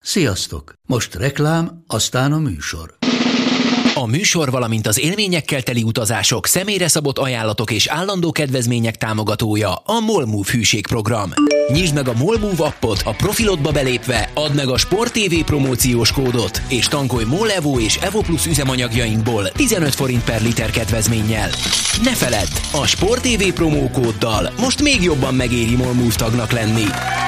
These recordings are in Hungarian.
Sziasztok! Most reklám, aztán a műsor. A műsor, valamint az élményekkel teli utazások, személyre szabott ajánlatok és állandó kedvezmények támogatója a MOL Move hűségprogram. Nyisd meg a MOL Move appot a profilodba belépve, add meg a Sport TV promóciós kódot, és tankolj MOL Evo és Evo Plus üzemanyagjainkból 15 forint per liter kedvezménnyel. Ne feledd, a Sport TV promókóddal most még jobban megéri MOL Move tagnak lenni.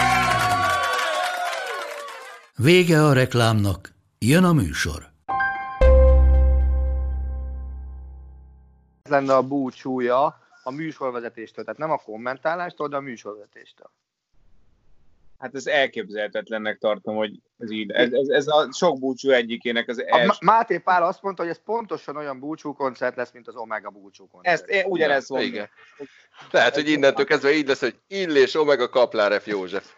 Vége a reklámnak, jön a műsor. Ez lenne a búcsúja a műsorvezetéstől, tehát nem a kommentálástól, de a műsorvezetéstől. Hát ez elképzelhetetlennek tartom, hogy ez így. Ez a sok búcsú egyikének az első. Máté Pál azt mondta, hogy ez pontosan olyan búcsúkoncert lesz, mint az Omega búcsúkoncert. Ezt én ugyanezt mondom. Igen. Tehát, hogy innentől kezdve így lesz, hogy Illés, Omega, Kaplár, F. József.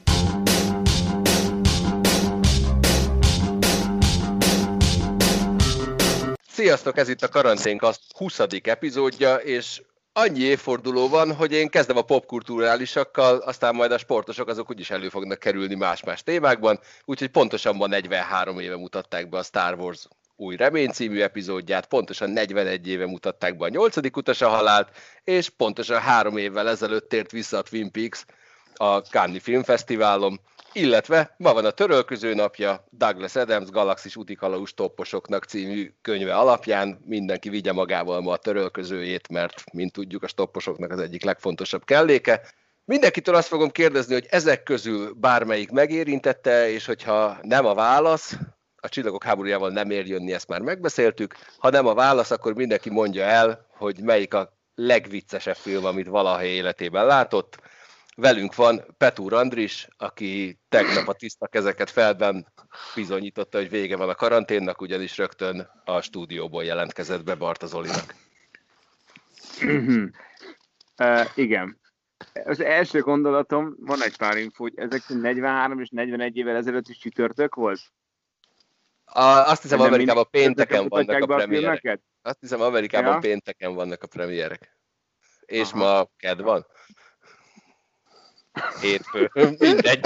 Sziasztok, ez itt a Karanténkast 20. epizódja, és annyi évforduló van, hogy én kezdem a popkulturálisakkal, aztán majd a sportosok azok úgyis elő fognak kerülni más-más témákban, úgyhogy pontosan ma 43 éve mutatták be a Star Wars új Remény című epizódját, pontosan 41 éve mutatták be a 8. utas a halált, és pontosan 3 évvel ezelőtt tért vissza a Twin Peaks a Cannes Filmfesztiválon, illetve ma van a Törölköző napja, Douglas Adams Galaxis útikalauz topposoknak című könyve alapján. Mindenki vigye magával ma a törölközőjét, mert mint tudjuk a stopposoknak az egyik legfontosabb kelléke. Mindenkitől azt fogom kérdezni, hogy ezek közül bármelyik megérintette, és hogyha nem a válasz, a Csillagok háborújával nem ér jönni, ezt már megbeszéltük, ha nem a válasz, akkor mindenki mondja el, hogy melyik a legviccesebb film, amit valaha életében látott. Velünk van Petúr Andris, aki tegnap a tiszta kezeket felben bizonyította, hogy vége van a karanténnak, ugyanis rögtön a stúdióból jelentkezett be Barta Zolinak. Igen. Az első gondolatom, van egy pár info, hogy ezek 43 és 41 évvel ezelőtt is csütörtök volt? Azt hiszem, Amerikában pénteken vannak a premierek. Azt hiszem, Amerikában pénteken vannak a premierek. És ma kedd van? Hétfő, mindegy.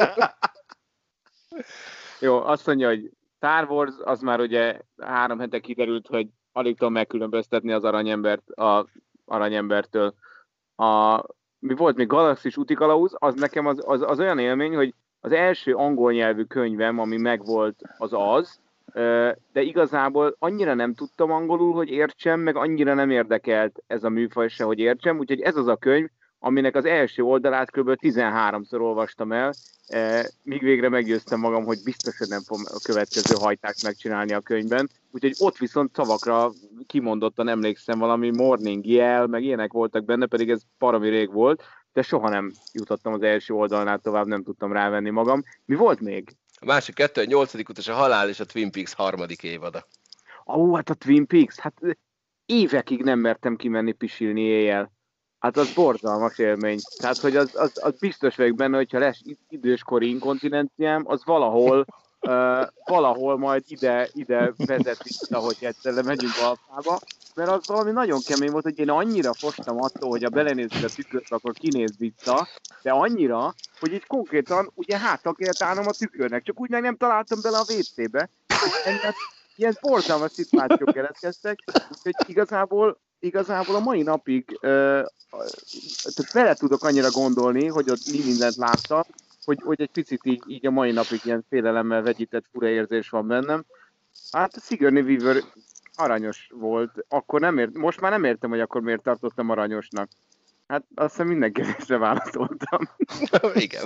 Jó, azt mondja, hogy Star Wars, az már ugye 3 hete kiderült, hogy alig tudom megkülönböztetni az aranyembertől. Mi volt még Galaxis útikalauz, az nekem az olyan élmény, hogy az első angol nyelvű könyvem, ami megvolt, az, de igazából annyira nem tudtam angolul, hogy értsem, meg annyira nem érdekelt ez a műfaj se, hogy értsem, úgyhogy ez az a könyv, aminek az első oldalát kb. 13-szor olvastam el, míg végre meggyőztem magam, hogy biztos, hogy nem fogom a következő hajtást megcsinálni a könyvben. Úgyhogy ott viszont szavakra kimondottan emlékszem, valami morning jel, meg ilyenek voltak benne, pedig ez baromi rég volt, de soha nem jutottam az első oldalnál tovább, nem tudtam rávenni magam. Mi volt még? A másik 2, a 8. utas a halál és a Twin Peaks 3. évada. Hát a Twin Peaks, hát évekig nem mertem kimenni pisilni éjjel. Hát az borzalmas élmény. Tehát, hogy az biztos vagyok benne, hogyha lesz időskori inkontinenciám, az valahol majd ide vezet vissza, hogy egyszer megyünk Alfába, mert az valami nagyon kemény volt, hogy én annyira fostam attól, hogy ha belenézünk a tükört, akkor kinéz vissza, de annyira, hogy így konkrétan ugye hátra kellett állnom a tükörnek, csak úgy meg nem találtam bele a WC-be. Ilyen borzalmas szituációk keletkeztek, hogy igazából a mai napig tehát vele tudok annyira gondolni, hogy ott mi mindent láttam, hogy egy picit így a mai napig ilyen félelemmel vegyített fura érzés van bennem. Hát a Sigourney Weaver aranyos volt, akkor most már nem értem, hogy akkor miért tartottam aranyosnak. Hát azt hiszem minden kérdésre válaszoltam. Igen.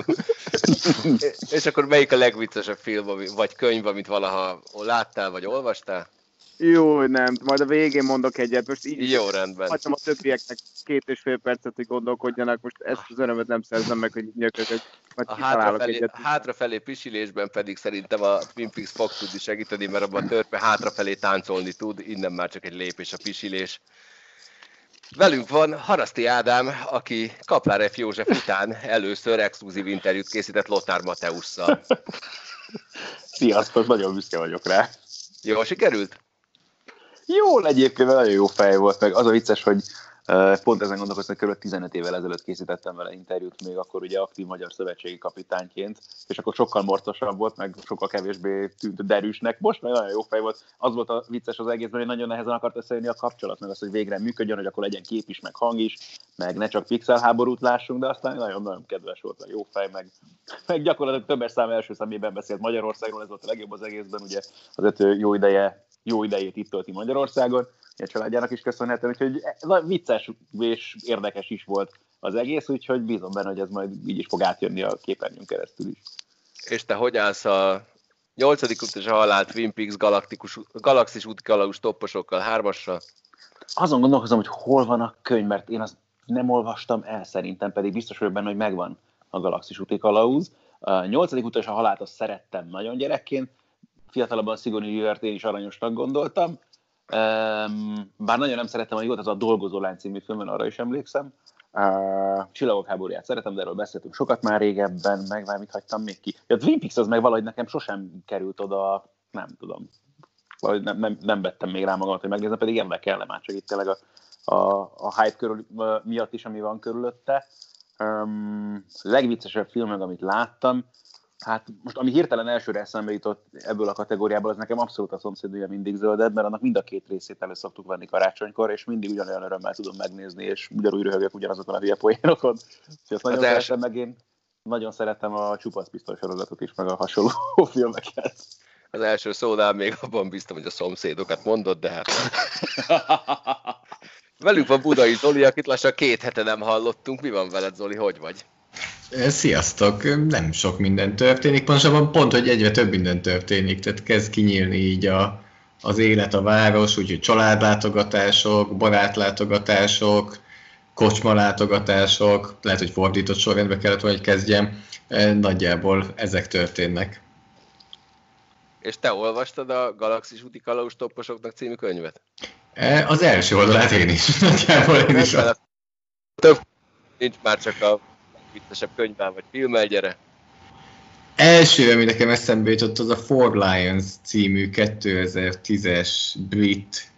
És akkor melyik a legviccesebb film, vagy könyv, amit valaha láttál, vagy olvastál? Jó, nem. Majd a végén mondok egyet. Most így jó, rendben. Hagytam a többieknek 2,5 percet, hogy gondolkodjanak. Most ezt az örömet nem szerzem meg, hogy nyöködök. A hátrafelé pisilésben pedig szerintem a Twin Peaks fog tudni segíteni, mert abban a törpe hátrafelé táncolni tud, innen már csak egy lépés a pisilés. Velünk van Haraszti Ádám, aki Kaplár F. József után először exkluzív interjút készített Lothar Matthäusszal. Sziasztok, nagyon büszke vagyok rá. Jól sikerült? Jól, egyébként nagyon jó fej volt, meg az a vicces, hogy Pont ezen gondolkoztam, hogy kb. 15 évvel ezelőtt készítettem vele interjút, még akkor ugye aktív magyar szövetségi kapitányként, és akkor sokkal morcosabb volt, meg sokkal kevésbé tűnt derűsnek. Most meg nagyon jó fej volt. Az volt a vicces az egészben, hogy nagyon nehezen akart összejönni a kapcsolat, meg az, hogy végre működjön, hogy akkor legyen kép is, meg hang is, meg ne csak pixel háborút lássunk, de aztán nagyon-nagyon kedves volt, meg jó fej, meg gyakorlatilag többes szám első szemében beszélt Magyarországról, ez volt a legjobb az egészben, ugye azért jó idejét itt tölti Magyarországon, a családjának is köszönhetően, úgyhogy vicces és érdekes is volt az egész, úgyhogy bízom benne, hogy ez majd így is fog átjönni a képernyőn keresztül is. És te hogy állsz a 8. út és a halál Twin Peaks galaxis útikalauz topposokkal, 3-assal? Azon gondolkozom, hogy hol van a könyv, mert én azt nem olvastam el szerintem, pedig biztos vagyok benne, hogy megvan a galaxis útikalauz. A 8. út és a halált azt szerettem nagyon gyerekként, fiatalabban Sigourney Weavert én is aranyosnak gondoltam. Bár nagyon nem szerettem, hogy volt az a Dolgozó lány című filmben, arra is emlékszem. Csillagok háborúját szeretem, de erről beszéltünk sokat már régebben, meg mit hagytam még ki. A Twin Peaks az meg valahogy nekem sosem került oda, nem tudom. Valahogy nem vettem még rá magamat, hogy megnézem, pedig érdekelne már csak itt tényleg a hype körül, miatt is, ami van körülötte. Legviccesebb film, amit láttam, hát most ami hirtelen elsőre eszembe jutott ebből a kategóriából, az nekem abszolút a Szomszédja mindig zölded, mert annak mind a 2 részét elő szoktuk venni karácsonykor, és mindig ugyanolyan örömmel tudom megnézni, és ugyanúgy röhögök ugyanazokon a hülye poénokon. Úgyhogy nagyon szeretem, meg én nagyon szeretem a Csupasz pisztoly sorozatot is, meg a hasonló filmeket. Az első szónál még abban biztos, hogy a szomszédokat mondod, de hát... Velünk van Budai Zoli, akit lassan 2 hete nem hallottunk. Mi van veled, Zoli, hogy vagy? Sziasztok! Nem sok minden történik, pontosabban pont, hogy egyre több minden történik, tehát kezd kinyílni így az élet, a város, úgyhogy családlátogatások, barátlátogatások, kocsmalátogatások, lehet, hogy fordított sorrendbe kellett, hogy kezdjem, nagyjából ezek történnek. És te olvastad a Galaxis úti kalauz topposoknak című könyvet? Az első oldalát én is, nagyjából én is. Több nincs már csak a viccesebb könyvben vagy filmmel, gyere. Első, ami nekem eszembe jutott, az a Four Lions című 2010-es brit,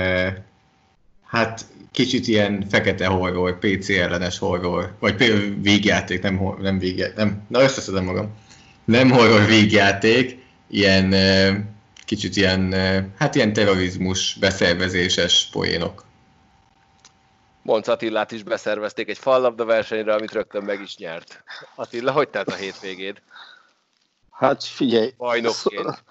hát kicsit ilyen fekete horror, PC ellenes horror, vagy vígjáték, nem vígjáték, na összeszedem magam. Nem horror, vígjáték, ilyen kicsit ilyen, hát ilyen terrorizmus, beszervezéses poénok. Monc Attilát is beszervezték egy fallabda versenyre, amit rögtön meg is nyert. Attila, hogy telt a hétvégéd? Hát figyelj, bajnokként.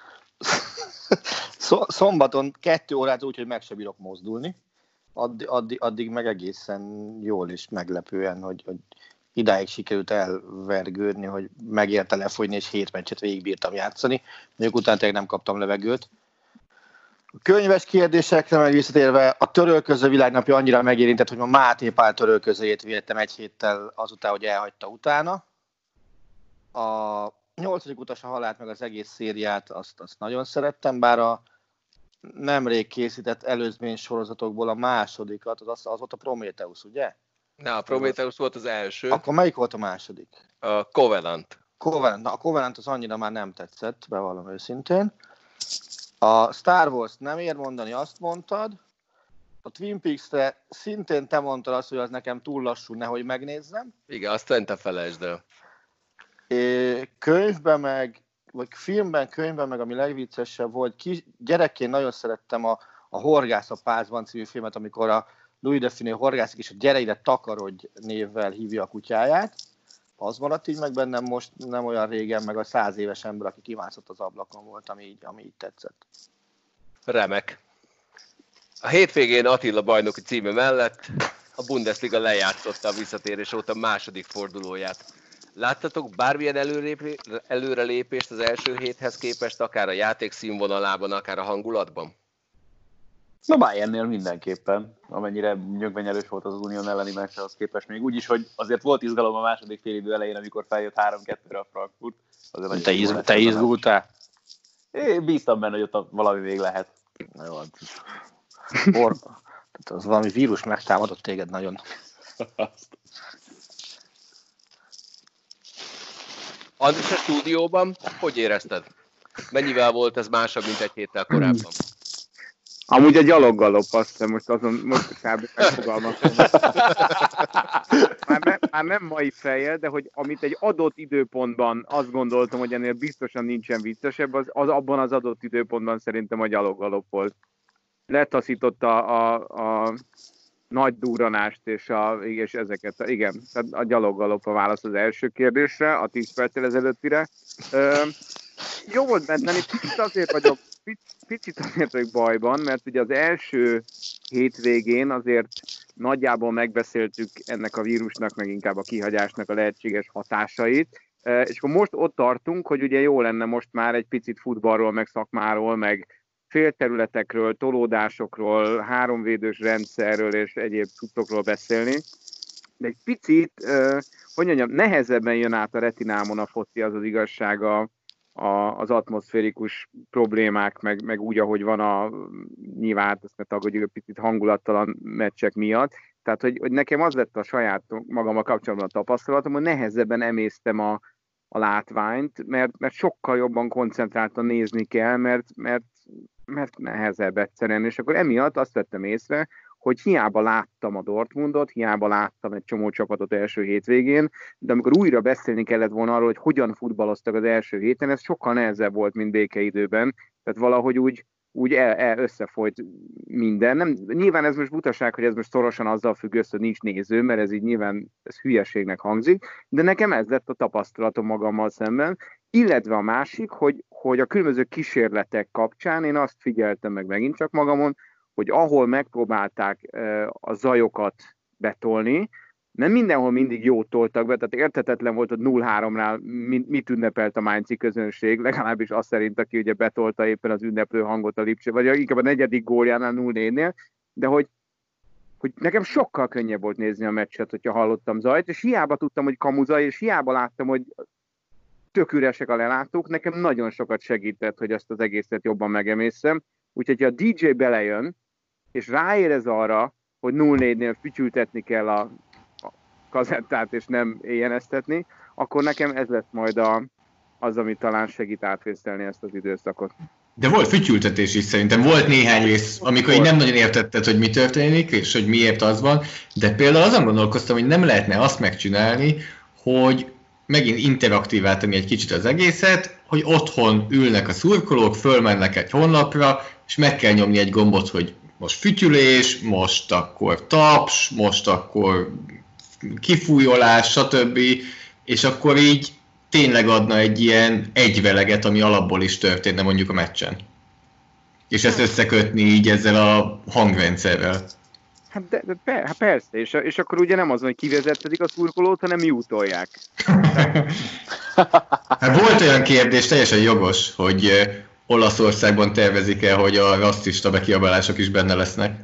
Szombaton 2 órát úgy, hogy meg se bírok mozdulni. Addig meg egészen jól és meglepően, hogy idáig sikerült elvergődni, hogy megérte lefogyni, és 7 meccset végigbírtam játszani. Mondjuk utána tényleg nem kaptam levegőt. A könyves kérdésekre meg visszatérve, a törölköző világnapja annyira megérintett, hogy ma Máté Pál törölközőjét vihettem 1 héttel azután, hogy elhagyta utána. A 8. utas a halált, meg az egész szériát, azt nagyon szerettem, bár a nemrég készített előzmény sorozatokból a másodikat, az volt a Prometheus, ugye? Na, a Prometheus volt az első. Akkor melyik volt a második? A Covenant. Na, a Covenant az annyira már nem tetszett, bevallom őszintén. A Star Wars nem ér mondani, azt mondtad. A Twin Peaks-re szintén te mondtad azt, hogy az nekem túl lassú, nehogy megnézzem. Igen, azt szerintem felejtsd el. Könyvben meg, vagy filmben, könyvben meg, ami legviccesebb volt, gyerekként nagyon szerettem a Horgász a Pázban című filmet, amikor a Louis Define horgászik, és a Gyere ide takarodj névvel hívja a kutyáját. Az maradt így meg bennem most nem olyan régen, meg a 100 éves ember, aki kimászott az ablakon volt, ami így tetszett. Remek. A hétvégén Attila bajnoki címe mellett a Bundesliga lejátszotta a visszatérés óta második fordulóját. Láttatok bármilyen előrelépést az első héthez képest, akár a játék színvonalában, akár a hangulatban? Na Bayernnél mindenképpen, amennyire nyögvenyelős volt az Unión elleni meccshez képest, még úgyis, hogy azért volt izgalom a második félidő elején, amikor feljött 3-2-re a Frankfurt. Te izgultál? Én bíztam benne, hogy ott valami még lehet. Na jó, az valami vírus megtámadott téged nagyon. Andris, a stúdióban hogy érezted? Mennyivel volt ez másabb, mint 1 héttel korábban? Amúgy a gyaloggalop, azt hiszem, most kb. Megfogalmazom. Már nem mai fejjel, de hogy amit egy adott időpontban azt gondoltam, hogy ennél biztosan nincsen viccesebb, az abban az adott időpontban szerintem a gyaloggalop volt. Letaszította a nagy durranást és ezeket. Igen, tehát a gyaloggalop a válasz az első kérdésre, a 10 perccel ezelőttire. Jó volt bent lenni, picit azért vagyok bajban, mert ugye az első hétvégén azért nagyjából megbeszéltük ennek a vírusnak, meg inkább a kihagyásnak a lehetséges hatásait, és akkor most ott tartunk, hogy ugye jó lenne most már egy picit futballról, meg szakmáról, meg félterületekről, tolódásokról, háromvédős rendszerről és egyéb cuccokról beszélni, de egy picit, hogy mondjam, nehezebben jön át a retinámon a foci, az igazsága, az atmoszférikus problémák, meg úgy, ahogy van nyilván ezt ne tagadjuk egy picit hangulattalan meccsek miatt. Tehát, hogy nekem az lett a saját magammal kapcsolatban a tapasztalatom, hogy nehezebben emésztem a látványt, mert sokkal jobban koncentráltan nézni kell, mert nehezebb egyszerűen. És akkor emiatt azt vettem észre, hogy hiába láttam a Dortmundot, hiába láttam egy csomó csapatot első hétvégén, de amikor újra beszélni kellett volna arról, hogy hogyan futballoztak az első héten, ez sokkal nehezebb volt, mint békeidőben. Tehát valahogy úgy összefolyt minden. Nem, nyilván ez most butaság, hogy ez most szorosan azzal függ össze, hogy nincs néző, mert ez így nyilván ez hülyeségnek hangzik, de nekem ez lett a tapasztalatom magammal szemben. Illetve a másik, hogy a különböző kísérletek kapcsán én azt figyeltem meg megint csak magamon, hogy ahol megpróbálták a zajokat betolni, nem mindenhol mindig jót toltak be, tehát érthetetlen volt, hogy 0-3-nál mit ünnepelt a mainzi közönség, legalábbis azt szerint, aki ugye betolta éppen az ünneplő hangot a Lipcse, vagy inkább a negyedik góljánál 0-4-nél, de hogy nekem sokkal könnyebb volt nézni a meccset, hogyha hallottam zajt, és hiába tudtam, hogy kamuzaj, és hiába láttam, hogy tök üresek a lelátók, nekem nagyon sokat segített, hogy ezt az egészet jobban megemészem. Úgyhogy ha a DJ belejön, és ráérez arra, hogy 0-4-nél fütyültetni kell a kazettát, és nem éjjeneztetni, akkor nekem ez lesz majd az, ami talán segít átvészelni ezt az időszakot. De volt fütyültetés is szerintem, volt néhány rész, amikor így nem nagyon értetted, hogy mi történik, és hogy miért az van, de például azon gondolkoztam, hogy nem lehetne azt megcsinálni, hogy megint interaktívá tenni egy kicsit az egészet, hogy otthon ülnek a szurkolók, fölmennek egy honlapra, és meg kell nyomni egy gombot, hogy most fütyülés, most akkor taps, most akkor kifújolás, stb. És akkor így tényleg adna egy ilyen egyveleget, ami alapból is történne mondjuk a meccsen. És ezt összekötni így ezzel a hangrendszerrel. Hát persze, és akkor ugye nem az, hogy kivezettedik a szurkolót, hanem jutolják. Hát volt olyan kérdés, teljesen jogos, hogy Olaszországban tervezik-e, hogy a rasszista bekiabálások is benne lesznek.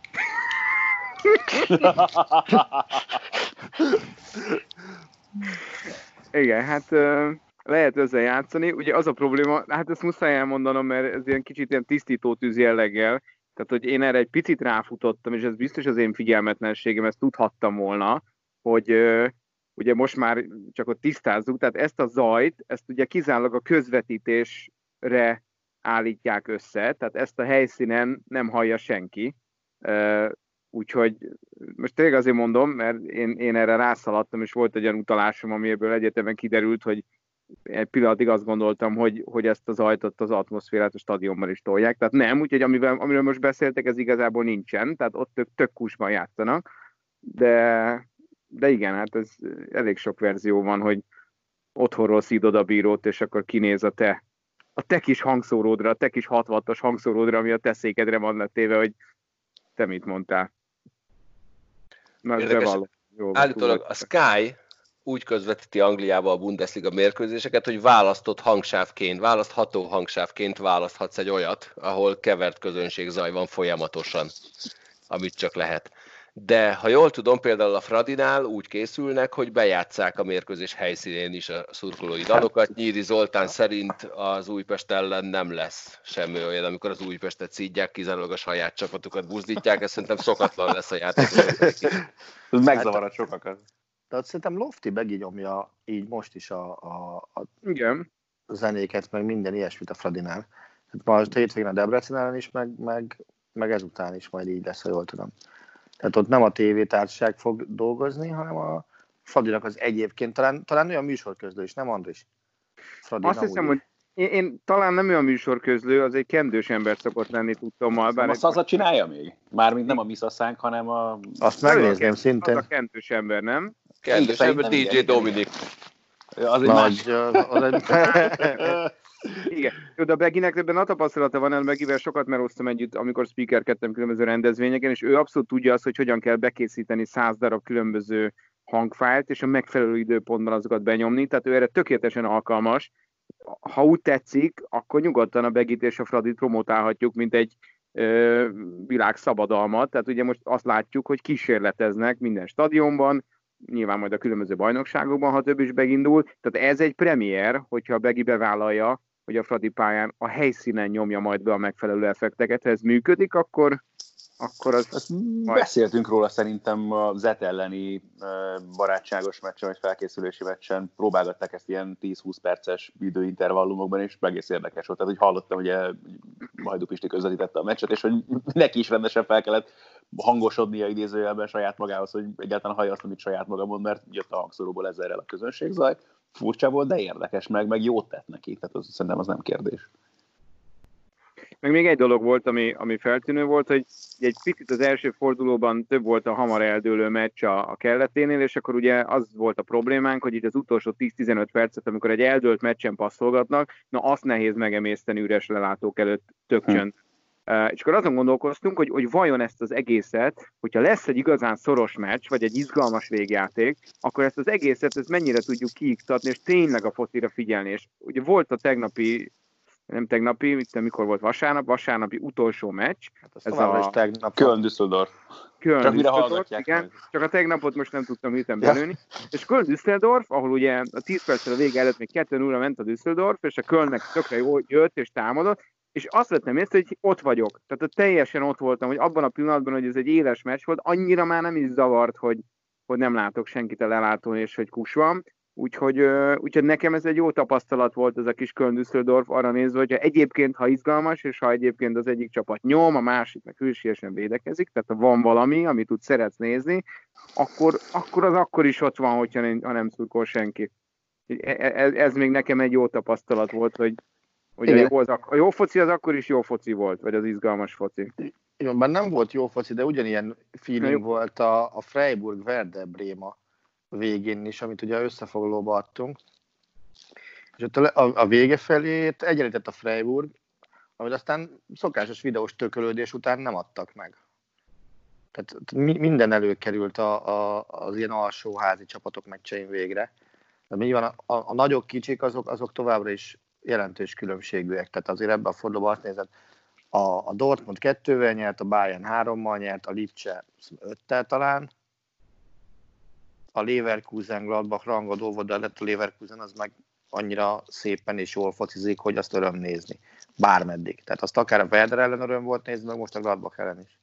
Igen, hát lehet ezzel játszani. Ugye az a probléma, hát ezt muszáj elmondanom, mert ez ilyen kicsit ilyen tisztítótűz jelleggel, tehát hogy én erre egy picit ráfutottam, és ez biztos az én figyelmetlenségem, ezt tudhattam volna, hogy ugye most már csak ott tisztázzuk, tehát ezt a zajt, ezt ugye kizárólag a közvetítésre állítják össze, tehát ezt a helyszínen nem hallja senki. Úgyhogy most tényleg azért mondom, mert én erre rászaladtam, és volt egy olyan utalásom, amiből egyetemen kiderült, hogy egy pillanatig azt gondoltam, hogy ezt az ajtót, az atmoszférát a stadionban is tolják. Tehát nem, úgyhogy amiről most beszéltek, ez igazából nincsen, tehát ott tök kusban játszanak. De igen, hát ez elég sok verzió van, hogy otthonról szídod a bírót, és akkor kinéz a te kis hangszóródra, a te kis 6 wattos hangszóródra, ami a te székedre van letéve, hogy te mit mondtál. Állítólag a Sky úgy közvetíti Angliába a Bundesliga mérkőzéseket, hogy választható hangsávként választhatsz egy olyat, ahol kevert közönségzaj van folyamatosan, amit csak lehet. De ha jól tudom, például a Fradinál úgy készülnek, hogy bejátsszák a mérkőzés helyszínén is a szurkolói dalokat. Nyíri Zoltán szerint az Újpest ellen nem lesz semmi olyan, amikor az Újpestet szídják, kizárólag a saját csapatukat buzdítják, ez szerintem szokatlan lesz a játékosoknak. Ez megzavarad sokakat. Tehát szerintem Lofty beginyomja így most is Igen. a zenéket, meg minden ilyesmit a Fradinál. Hát ma a hétvégén a Debrecen ellen is, meg meg ezután is majd így lesz, ha jól tudom. Tehát ott nem a tévétársaság fog dolgozni, hanem a Fradinak az egyébként talán olyan műsorközlő is, nem Andris? Fradi, azt hiszem, hogy én talán nem olyan műsorközlő, az egy kendős ember szokott lenni tudtommal. Bár a Szaza csinálja még? Mármint nem a mi szaszánk, hanem a... Azt megnézném szintén. Az a kendős ember, nem? Kendős ember, DJ Dominik. Az egy más. Igen. De a Beginek ebben a tapasztalata van, el Begivel sokat megosztom együtt, amikor speakerkedtem különböző rendezvényeken, és ő abszolút tudja azt, hogy hogyan kell bekészíteni 100 darab különböző hangfájlt, és a megfelelő időpontban azokat benyomni, tehát ő erre tökéletesen alkalmas. Ha úgy tetszik, akkor nyugodtan a Begit és a Fradit promotálhatjuk, mint egy világszabadalmat, tehát ugye most azt látjuk, hogy kísérleteznek minden stadionban, nyilván majd a különböző bajnokságokban, ha több is megindul. Tehát ez egy premier, hogyha a Begi bevállalja, hogy a Fradi pályán a helyszínen nyomja majd be a megfelelő effekteket. Ha ez működik, akkor az... Beszéltünk róla szerintem a Zet elleni barátságos meccsen, vagy felkészülési meccsen. Próbálgatták ezt ilyen 10-20 perces időintervallumokban, és egész érdekes volt. Tehát, hogy hallottam, hogy Hajdú Pisti közvetítette a meccset, és hogy neki is rendesen fel kellett hangosodnia idézőjelben saját magához, hogy egyáltalán hallja azt, amit saját maga mond, mert jött a hangszoróból ezzel a közönségzaj. Furcsa volt, de érdekes, meg jót tett neki, tehát szerintem az nem kérdés. Meg még egy dolog volt, ami feltűnő volt, hogy egy picit az első fordulóban több volt a hamar eldőlő meccs a kelleténél, és akkor ugye az volt a problémánk, hogy itt az utolsó 10-15 percet, amikor egy eldőlt meccsen passzolgatnak, na azt nehéz megemészteni üres lelátók előtt tök csönd. És akkor azon gondolkoztunk, hogy vajon ezt az egészet, hogyha lesz egy igazán szoros meccs, vagy egy izgalmas végjáték, akkor ezt az egészet mennyire tudjuk kiiktatni, és tényleg a focira figyelni. És ugye volt a mikor volt vasárnapi utolsó meccs. Hát ez a tegnap. Köln-Düsseldorf. Csak mire hallgatják igen, csak a tegnapot most nem tudtam hirtelen belőni. És Köln-Düsseldorf, ahol ugye a 10 perccel a vége előtt még 2-0-ra ment a Düsseldorf, és a Kölnnek tökre jól jött és támadott, és azt vettem észre, hogy ott vagyok. Tehát teljesen ott voltam, hogy abban a pillanatban, hogy ez egy éles meccs volt, annyira már nem is zavart, hogy nem látok senkit a lelátón, és hogy kus van. Úgyhogy nekem ez egy jó tapasztalat volt ez a kis Köln-Düsseldorf arra nézve, hogyha egyébként, ha izgalmas, és ha egyébként az egyik csapat nyom, a másik meg hősiesen védekezik, tehát ha van valami, amit úgy szeretsz nézni, akkor az akkor is ott van, ha nem szurkol senki. Ez még nekem egy jó tapasztalat volt, hogy a jó foci az akkor is jó foci volt, vagy az izgalmas foci. Igen, bár nem volt jó foci, de ugyanilyen feeling volt a Freiburg Werder Bréma végén is, amit ugye összefoglalóba adtunk. És ott a vége felé egyenlített a Freiburg, amit aztán szokásos videós tökölődés után nem adtak meg. Tehát minden előkerült az ilyen alsóházi csapatok meccsein végre. De nyilván a nagyok, kicsik, azok továbbra is jelentős különbségűek. Tehát azért ebben a fordulóban azt nézed, a Dortmund 2-vel nyert, a Bayern 3-mal nyert, a Lipcse 5-tel talán, a Leverkusen Gladbach rangadó volt, de lett a Leverkusen, az meg annyira szépen és jól focizik, hogy azt öröm nézni. Bármeddig. Tehát azt akár a Werder ellen öröm volt nézni, meg most a Gladbach ellen is.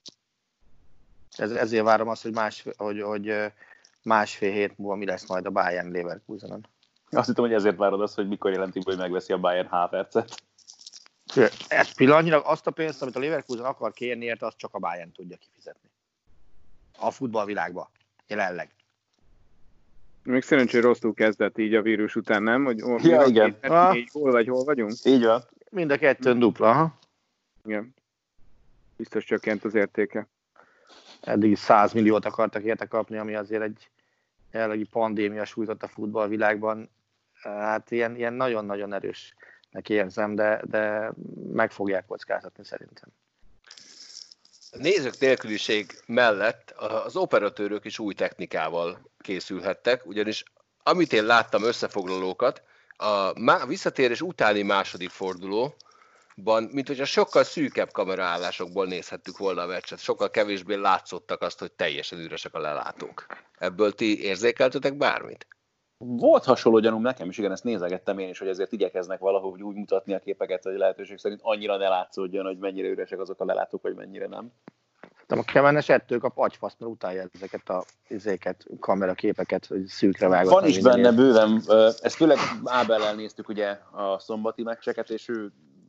Ezért várom azt, hogy másfél hét múlva mi lesz majd a Bayern Leverkusenen. Azt hittem, hogy ezért várod azt, hogy mikor jelentik, hogy megveszi a Bayern Havertzet. Ez pillanatnyilag azt a pénzt, amit a Leverkusen akar kérni érte, azt csak a Bayern tudja kifizetni. A futballvilágban. Jelenleg. Még szerencsére rosszul kezdett így a vírus után, nem? Hogy igen. Hol vagyunk? Így van. Mind a kettőn dupla, ha? Igen. Biztos csökkent az értéke. Eddig 100 milliót akartak érte kapni, ami azért egy jelenlegi pandémia sújtott a futballvilágban. Hát ilyen nagyon-nagyon erősnek érzem, de meg fogják kockáztatni szerintem. A nézők nélküliség mellett az operatőrök is új technikával készülhettek, ugyanis amit én láttam összefoglalókat, a visszatérés utáni második fordulóban, mint hogyha sokkal szűkebb kameraállásokból nézhettük volna a meccset, sokkal kevésbé látszottak azt, hogy teljesen üresek a lelátók. Ebből ti érzékeltetek bármit? Volt hasonló gyanúm nekem is, igen, ezt nézegettem én is, hogy ezért igyekeznek valahogy úgy mutatni a képeket, hogy lehetőség szerint annyira ne látszódjon, hogy mennyire üresek azok a lelátók, vagy mennyire nem. De a Kemenes ettől kap agyfaszt, mert utálja ezeket a kameraképeket, hogy szűkre vágott. Van is benne bőven, ezt főleg Ábellel néztük ugye a szombati meccseket, és ő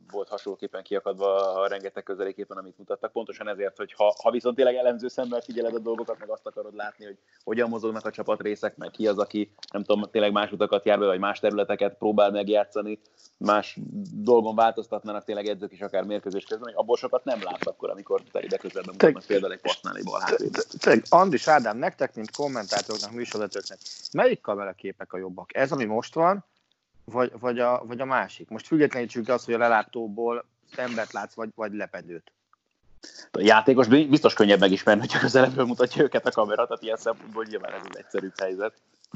volt hasonlóképpen kiakadva a rengeteg közeléképpen, amit mutattak. Pontosan ezért, hogy ha viszont tényleg elemző szemmel figyeled a dolgokat, meg azt akarod látni, hogy hogyan mozognak a csapatrészek, meg ki az, aki nem tudom, tényleg más utakat jár be, vagy más területeket próbál megjátszani, más dolgon változtatnának tényleg edzők is akár mérkőzés közben, hogy abból sokat nem látsz akkor, amikor ide közelben mutatnak például egy passznál egy bal hátvédet. Andris Ádám, nektek, mint kommentátoroknak, műsorvezetőknek, melyik kameraképek a jobbak? Ez, ami most van, vagy a másik? Most függetlenítsük azt, hogy a lelátóból embert látsz, vagy lepedőt. A játékos biztos könnyebb megismerni, hogyha közelebbről mutatja őket a kamera, tehát ilyen szempontból nyilván ez az egyszerűbb helyzet.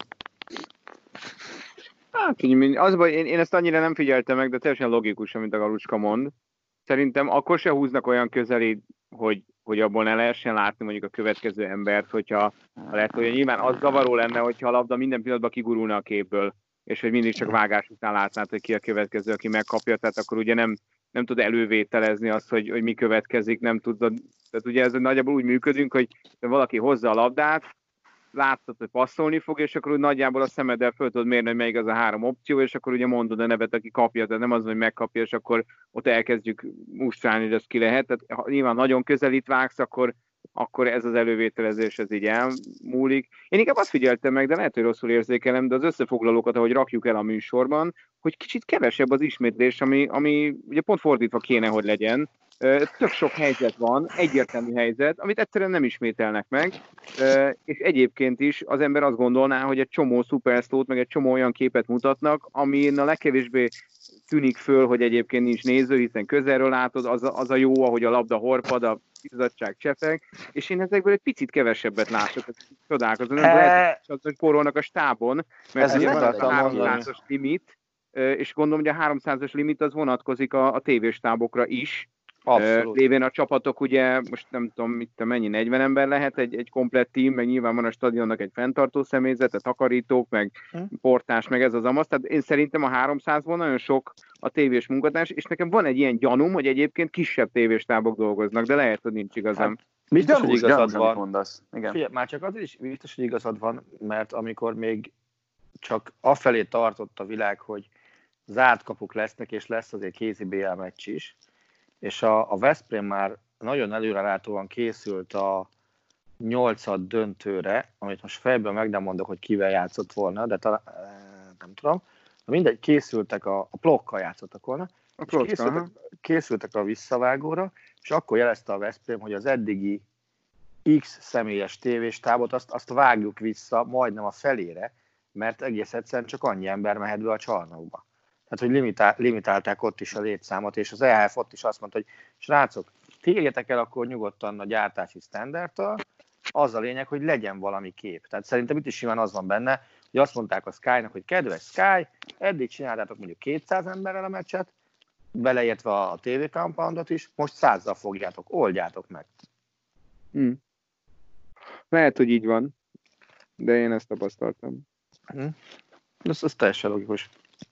Hát, az baj, én ezt annyira nem figyeltem meg, de teljesen logikus, amit a Galucska mond. Szerintem akkor se húznak olyan közeli, hogy abból ne lehessen látni mondjuk a következő embert, hogyha lehet, hogy nyilván az zavaró lenne, hogyha a labda minden pillanatban kigurulna a képből, és hogy mindig csak vágás után látnád, hogy ki a következő, aki megkapja, tehát akkor ugye nem tud elővételezni azt, hogy mi következik, nem tudod. Tehát ugye ez nagyjából úgy működünk, hogy valaki hozza a labdát, látszod, hogy passzolni fog, és akkor úgy nagyjából a szemeddel föl tudod mérni, hogy melyik az a 3 opció, és akkor ugye mondod a nevet, aki kapja, tehát nem az, hogy megkapja, és akkor ott elkezdjük mustrálni, hogy ez ki lehet. Tehát ha nyilván nagyon közelít vágsz, akkor ez az elővételezés, ez így elmúlik. Én inkább azt figyeltem meg, de lehet, hogy rosszul érzékelem, de az összefoglalókat, ahogy rakjuk el a műsorban, hogy kicsit kevesebb az ismétlés, ami ugye pont fordítva kéne, hogy legyen. Tök sok helyzet van, egyértelmű helyzet, amit egyszerűen nem ismételnek meg, és egyébként is az ember azt gondolná, hogy egy csomó szuperszlót, meg egy csomó olyan képet mutatnak, amin a legkevésbé tűnik föl, hogy egyébként nincs néző, hiszen közelről látod, az a jó, ahogy a labda horpad, a bizottság csefeg, és én ezekből egy picit kevesebbet látok, csodálkozom, nem lehet, hogy porolnak a stábon, mert ugye van a 300-as limit, és gondolom, hogy a 300-as limit az vonatkozik a tévéstábokra is. Lévén a csapatok ugye, most nem tudom, mennyi 40 ember lehet egy komplett tím, meg nyilván van a stadionnak egy fenntartó személyzete, takarítók, meg portás, meg ez az amaz. Tehát én szerintem a 300-ból nagyon sok a tévés munkatárs, és nekem van egy ilyen gyanúm, hogy egyébként kisebb tévéstábok dolgoznak, de lehet, hogy nincs igazam. Hát, biztos, hogy igazad van. Mondasz. Igen. Figyelj, már csak az is biztos, hogy igazad van, mert amikor még csak afelé tartott a világ, hogy zárt kapuk lesznek, és lesz azért kézi BL meccs is, és a Veszprém már nagyon előrelátóan készült a 8. döntőre, amit most fejből meg nem mondok, hogy kivel játszott volna, de nem tudom. Mindegy, készültek a Plokkal játszottak volna, készültek a visszavágóra, és akkor jelezte a Veszprém, hogy az eddigi X személyes tévéstábot azt vágjuk vissza majdnem a felére, mert egész egyszerűen csak annyi ember mehet be a csarnokba. Tehát, hogy limitálták ott is a létszámot, és az EHF ott is azt mondta, hogy srácok, térjetek el akkor nyugodtan a gyártási sztenderdtől, az a lényeg, hogy legyen valami kép. Tehát szerintem itt is simán az van benne, hogy azt mondták a Sky-nak, hogy kedves Sky, eddig csináltátok mondjuk 200 emberrel a meccset, beleértve a TV Compoundot is, most 100-zal fogjátok, oldjátok meg. Lehet, hogy így van, de én ezt tapasztaltam. Ez teljesen logikus.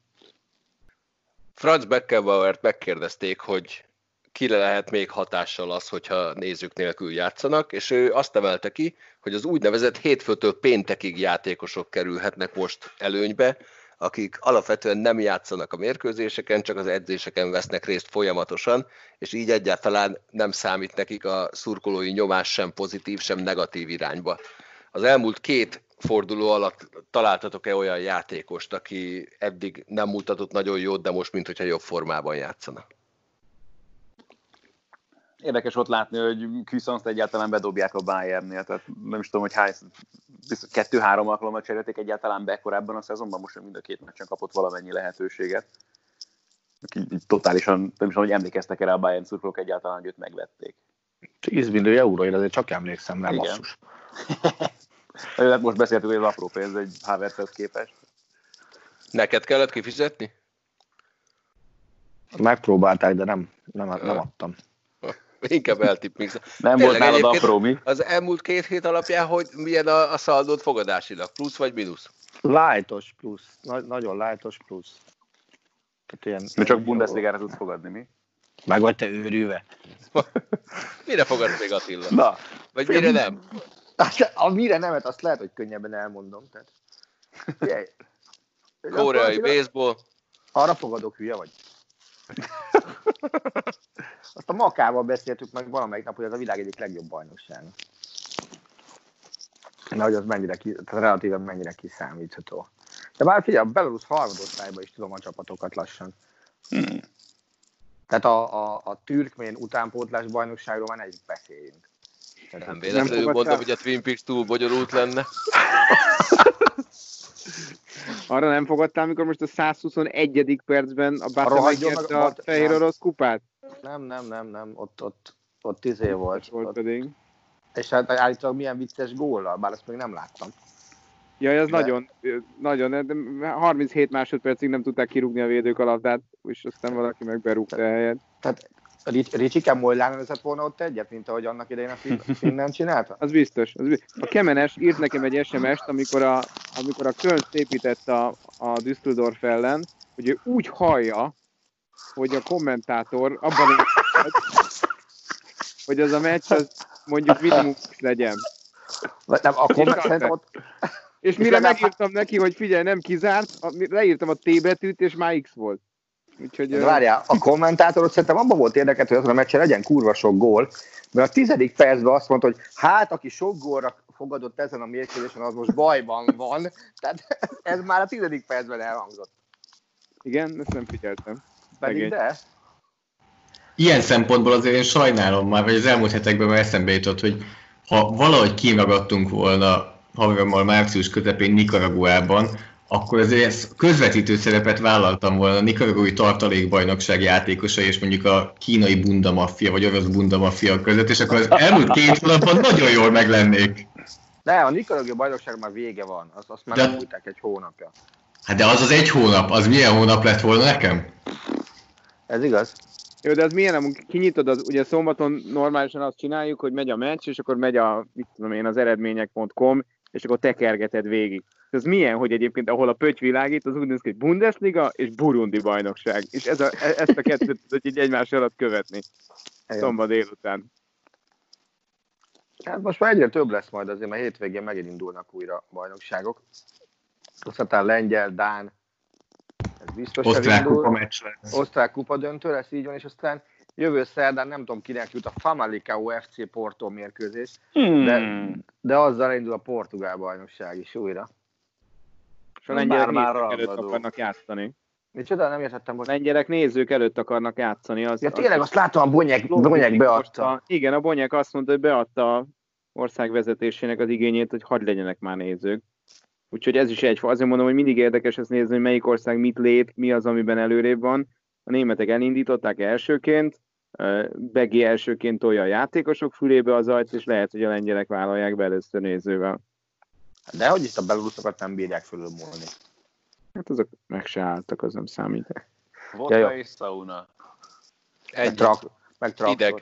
Franz Beckenbauert megkérdezték, hogy kire lehet még hatással az, hogyha nézők nélkül játszanak, és ő azt emelte ki, hogy az úgynevezett hétfőtől péntekig játékosok kerülhetnek most előnybe, akik alapvetően nem játszanak a mérkőzéseken, csak az edzéseken vesznek részt folyamatosan, és így egyáltalán nem számít nekik a szurkolói nyomás sem pozitív, sem negatív irányba. Az elmúlt 2 forduló alatt találtatok-e olyan játékost, aki eddig nem mutatott nagyon jót, de most mintha jobb formában játszana? Érdekes ott látni, hogy Küssonszt egyáltalán bedobják a Bayernnél, tehát nem is tudom, hogy hány, 2-3 alkalommal cserélték egyáltalán be korábban a szezonban, most mind a 2 meccsen kapott valamennyi lehetőséget. Így totálisan, nem is tudom, hogy emlékeztek erre a Bayern szurkolók egyáltalán, hogy őt megvették. 10 millió euróért azért csak emlékszem rá, basszus. Most beszéltük, hogy az apró pénz egy Havertzhez képest. Neked kellett kifizetni? Megpróbálták, de nem adtam. Inkább eltipmixel. Nem volt nálad apró, mi? Az elmúlt 2 hét alapján, hogy milyen a szaldód fogadásilag? Plusz vagy mínusz? Lájtos plusz. Nagyon lájtos plusz. De csak Bundesligára tudsz fogadni, mi? Meg vagy te őrülve. Mire fogadsz még, Attila? Na. Vagy mire nem? A mire nemet, azt lehet, hogy könnyebben elmondom. Koreai baseball. Arra fogadok, hülye vagy? Azt a Makával beszéltük meg valamelyik nap, hogy ez a világ egyik legjobb bajnokság. De hogy az relatíven mennyire kiszámítható. De már figyelj, a Belarus harmadosztályban is tudom a csapatokat lassan. Tehát a türkmén utánpótlás bajnokságról már ne is beszéljünk. Nem véletlenül mondom, hogy a Twin Peaks túl bonyolult lenne. Arra nem fogadtál, amikor most a 121. percben a Bata megnyerte a fehér orosz kupát? Nem. Ott 10 év volt. Pedig. És hát állítólag milyen vicces góllal, bár ezt még nem láttam. Jaj, ez nagyon, 37 másodpercig nem tudták kirúgni a védők a labdát, és aztán valaki meg berúgta a helyet. Tehát Ricsike Mojlán vezet volna ott egyet, mint ahogy annak idején a Finnen csinálta? Az biztos. A Kemenes írt nekem egy SMS-t, amikor a Köln épített a Düsseldorf ellen, hogy ő úgy hallja, hogy a kommentátor abban hogy az a meccs az mondjuk minimum legyen. Nem, a kommentátor... És mire megírtam neki, hogy figyelj, nem kizárt, leírtam a T betűt, és már X volt. Úgyhogy, várjál, a kommentátorot szerintem abban volt érdekelt, hogy azon a meccsen legyen kurva sok gól, mert a 10. percben azt mondta, hogy hát, aki sok gólra fogadott ezen a mérkőzésen, az most bajban van. Tehát ez már a 10. percben elhangzott. Igen, ezt nem figyeltem. Pedig de? Ilyen szempontból azért én sajnálom már, vagy az elmúlt hetekben már eszembe jutott, hogy ha valahogy kiragadtunk volna haverommal március közepén Nicaraguában, akkor azért közvetítő szerepet vállaltam volna a nikaragói tartalékbajnokság játékosai és mondjuk a kínai bundamaffia vagy orosz bundamaffia között, és akkor az elmúlt 2 hónapban nagyon jól meglennék. De a nikaragói bajnokság már vége van, azt már nem múlták egy hónapja. Hát de az 1 hónap, az milyen hónap lett volna nekem? Ez igaz. Jó, de az milyen, kinyitod, ugye szombaton normálisan azt csináljuk, hogy megy a meccs, és akkor megy az eredmények.com, és akkor tekergeted végig. Ez milyen, hogy egyébként ahol a pötty világít, az úgy néz ki, hogy Bundesliga és Burundi bajnokság. És ezt a kettőt tudod így egymás alatt követni. Szombat délután. Hát most már egyre több lesz majd azért, mert hétvégén megint indulnak újra a bajnokságok. Aztán lengyel, dán, ez biztos osztrák kupa meccs lesz. Osztrák kupa döntő lesz, így van, és aztán jövő szerdán nem tudom kinek jut a Famalicão FC Porto mérkőzés, de azzal indul a portugál bajnokság is újra. És a lengyelek nézők előtt akarnak játszani. Micsoda? Nem értettem, hogy... A lengyelek nézők előtt akarnak játszani. Tényleg azt látom, a Bonyek beadta. Igen, a Bonyek azt mondta, hogy beadta a ország vezetésének az igényét, hogy hadd legyenek már nézők. Úgyhogy ez is azért mondom, hogy mindig érdekes ezt nézni, hogy melyik ország mit lép, mi az, amiben előrébb van. A németek elindították elsőként, Begi elsőként tolja a játékosok fülébe az ajt, és lehet, hogy a lengyelek vállalják be először nézővel. De hogy itt a belaruszokat nem bírják fölülmúlni? Hát azok meg se álltak, az nem számít. Vodka és sauna. Meg traktor. Ideg.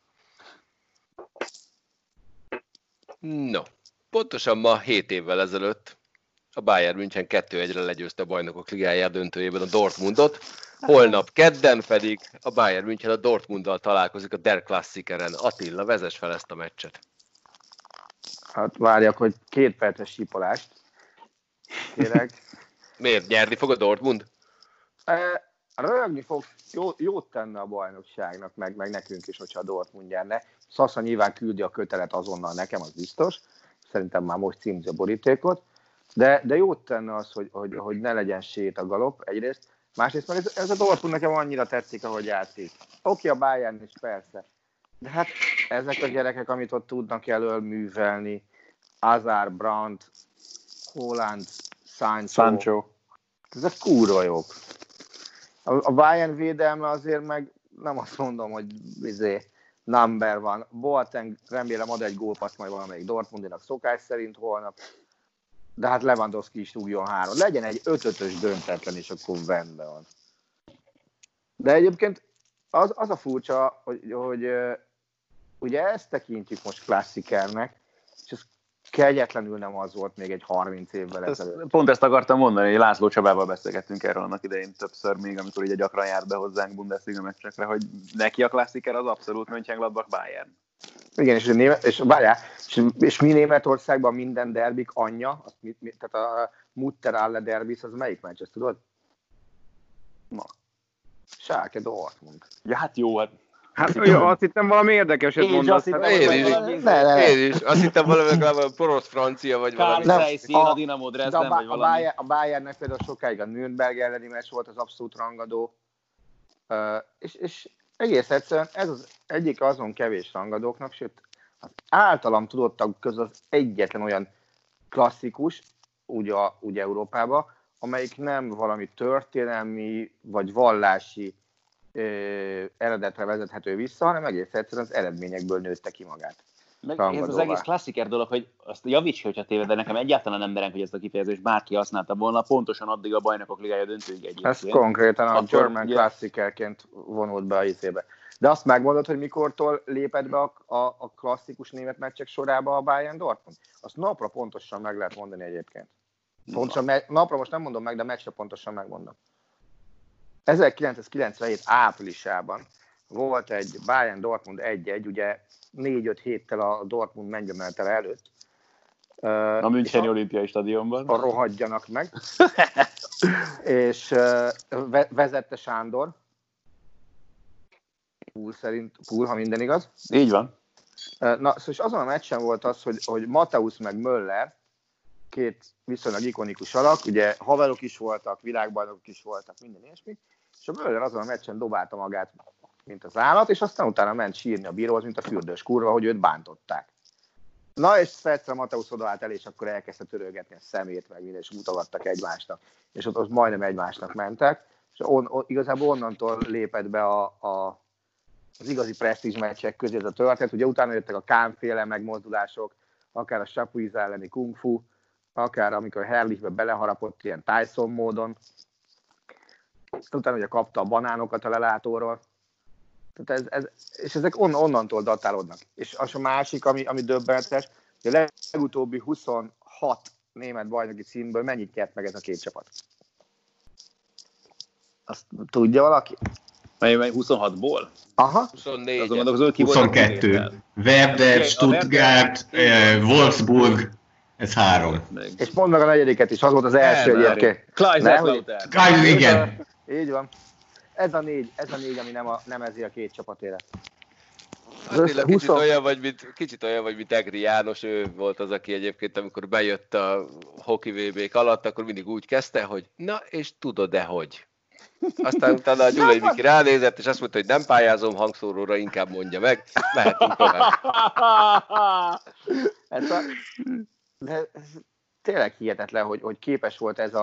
No, pontosan ma 7 évvel ezelőtt a Bayern München 2-1-re legyőzte a Bajnokok Ligáját döntőjében a Dortmundot. Holnap kedden pedig a Bayern München a Dortmunddal találkozik a Der Klassikeren. Attila, vezess fel ezt a meccset. Hát várjak, hogy 2 perces sípolást. Kérek. Miért? Nyerni fog a Dortmund? Rögni fog, jót tenne a bajnokságnak, meg nekünk is, hogyha a Dortmund nyerne. Szasza nyilván küldi a kötelet azonnal nekem, az biztos. Szerintem már most címzi a borítékot. De jót tenne az, hogy ne legyen sét a galop egyrészt. Másrészt meg ez a Dortmund nekem annyira tetszik, ahogy játszik. Oké, a Bayern is persze. De hát ezek a gyerekek, amit ott tudnak elől művelni, Hazard, Brandt, Haaland, Sancho. Ezek kurva jók. A Bayern védelme azért meg nem azt mondom, hogy number van. Boateng remélem ad egy gólpaszt majd valamelyik Dortmundinak szokás szerint holnap. De hát Lewandowski is rúgjon 3. Legyen egy 5-5-ös döntetlen, és akkor rendben van. De egyébként az a furcsa, hogy ugye ezt tekintjük most klasszikernek, és ez kegyetlenül nem az volt még egy 30 évvel ezelőtt. Pont ezt akartam mondani, hogy László Csabával beszélgettünk erről annak idején többször még, amikor ugye gyakran járt be hozzánk Bundesliga meccsekre, hogy neki a klassziker az abszolút Mönchengladbach Bayern. Igen, és mi Németországban minden derbik anyja, tehát a Mutter alle derbis, az melyik meccs, ezt tudod? Na. Schalke Dortmund. Ja, hát jó, hát Azt hittem valami érdekeset mondasz. Én is. Azt hittem valami porosz francia, vagy valami. A Dinamo Dresden, vagy valami. A Bayernnek például sokáig a Nürnberg elleni meccs volt az abszolút rangadó. És egész egyszerűen ez az egyik azon kevés rangadóknak, sőt, az általam tudottak közül az egyetlen olyan klasszikus, úgy Európában, amelyik nem valami történelmi vagy vallási eredetre vezethető vissza, hanem egész egyszerűen az eredményekből nőtte ki magát. Meg ez az egész klassziker dolog, hogy azt javíts, hogyha téved, de nekem egyáltalán nem mereng, hogy ezt a kifejezést bárki használta volna, pontosan addig a Bajnokok Ligája döntőig egyébként. Ez konkrétan a German klasszikerként vonult be a izébe. De azt megmondod, hogy mikortól lépett be a klasszikus német meccsek sorába a Bayern Dortmund? Azt napra pontosan meg lehet mondani egyébként. Pontosan, napra most nem mondom meg, de meccsre pontosan megmondom. 1997 áprilisában volt egy Bayern Dortmund 1-1, ugye 4-5 héttel a Dortmund mennybemenetele előtt. A Müncheni Olimpiai Stadionban. Rohadjanak meg. És vezette Sándor. Púl, ha minden igaz. Így van. Na, szóval azon a meccsen volt az, hogy Matthäus meg Möller, két viszonylag ikonikus alak, ugye haverok is voltak, világbajnokok is voltak, minden ilyesmi, és a Möller azon a meccsen dobálta magát, mint az állat, és aztán utána ment sírni a bíróhoz, mint a fürdős kurva, hogy őt bántották. Na, és egyszer Matthäus odaállt el, és akkor elkezdte törölgetni a szemét, meg minden, és mutogattak egymásnak, és ott majdnem egymásnak mentek, és igazából onnantól lépett be az igazi presztízs meccsek közé ez a történet. Ugye utána jöttek a Kahn-féle megmozdulások, akár a Chapuisat elleni kung fu, akár amikor Herrlichbe beleharapott ilyen Tyson módon. Utána ugye kapta a banánokat a lelátóról. Tehát és ezek onnantól datálódnak. És az a másik, ami döbbenetes, hogy a legutóbbi 26 német bajnoki címből mennyit nyert meg ez a két csapat? Azt tudja valaki? Mely 26-ból? Aha. 24. 22. Werder, Stuttgart, Wolfsburg, ez 3. És mondd meg a negyediket is, az volt az első egyébként. Kaiserslautern. Igen. Így van. Ez a négy, ami nem ezért a két csapatére. Attila, kicsit olyan vagy, mint Egri János, ő volt az, aki egyébként, amikor bejött a hoki VB-k alatt, akkor mindig úgy kezdte, hogy na, és tudod-e, hogy? Aztán utána a Gyulai Miki ránézett, és azt mondta, hogy nem pályázom hangszóróra, inkább mondja meg, mehetünk tovább. De ez tényleg hihetetlen, hogy képes volt ez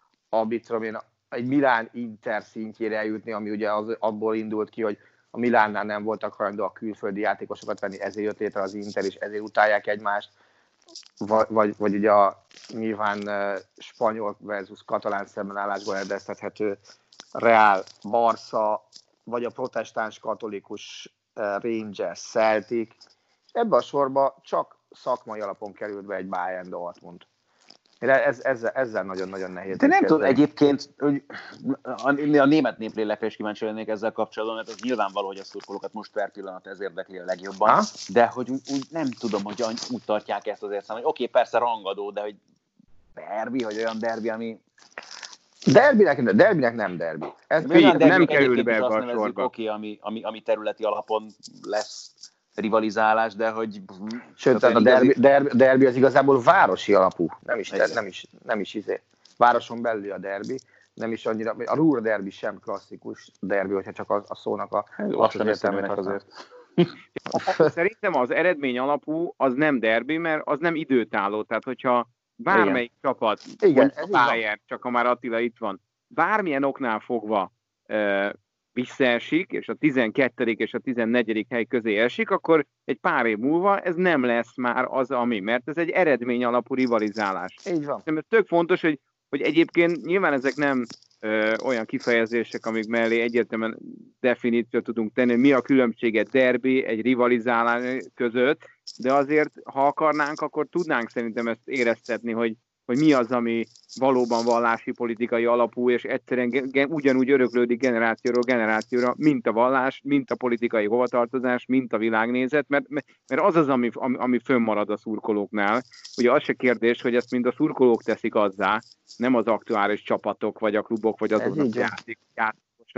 egy Milán-Inter szintjére eljutni, ami ugye abból indult ki, hogy a Milánnál nem voltak hajlandó a külföldi játékosokat venni, ezért jött létre az Inter, és ezért utálják egymást. Vagy ugye nyilván spanyol versus katalán szembenállásból eredeztethető Real, Barca, vagy a protestáns katolikus Rangers, Celtic. Ebbe a sorba csak szakmai alapon került be egy Bayern Dortmund. Ezzel nagyon-nagyon nehéz. De nem tudom, egyébként, hogy a német néplélekre is kíváncsi lennék ezzel kapcsolatban, mert az nyilvánvaló, hogy a szurkolókat most per pillanat ez érdekli a legjobban, de hogy úgy nem tudom, hogy úgy tartják ezt azért, hogy oké, persze rangadó, de hogy derbi, hogy olyan derbi, ami... Derbinek nem derbi. Ez nem kerül be ebbe a sorba. Oké, ami területi alapon lesz rivalizálás, de hogy... Sőt, a derbi az igazából városi alapú, nem is városon belül a derbi, nem is annyira, a Ruhr derbi sem klasszikus derbi, hogyha csak a szónak az értelmének azért. Szerintem az eredmény alapú az nem derbi, mert az nem időtálló, tehát hogyha bármelyik csapat, Bayern, csak ha már Attila itt van, bármilyen oknál fogva visszaesik, és a 12. és a 14. hely közé esik, akkor egy pár év múlva ez nem lesz már az, ami, mert ez egy eredmény alapú rivalizálás. Így van. Ez tök fontos, hogy egyébként nyilván ezek nem olyan kifejezések, amik mellé egyértelműen definíciót tudunk tenni, mi a különbség egy derbi, egy rivalizálás között, de azért, ha akarnánk, akkor tudnánk szerintem ezt éreztetni, hogy mi az, ami valóban vallási politikai alapú, és egyszerűen ugyanúgy öröklődik generációról generációra, mint a vallás, mint a politikai hovatartozás, mint a világnézet, mert az az, ami fönnmarad a szurkolóknál. Ugye az se kérdés, hogy ezt mind a szurkolók teszik azzá, nem az aktuális csapatok, vagy a klubok, vagy azok játékosai,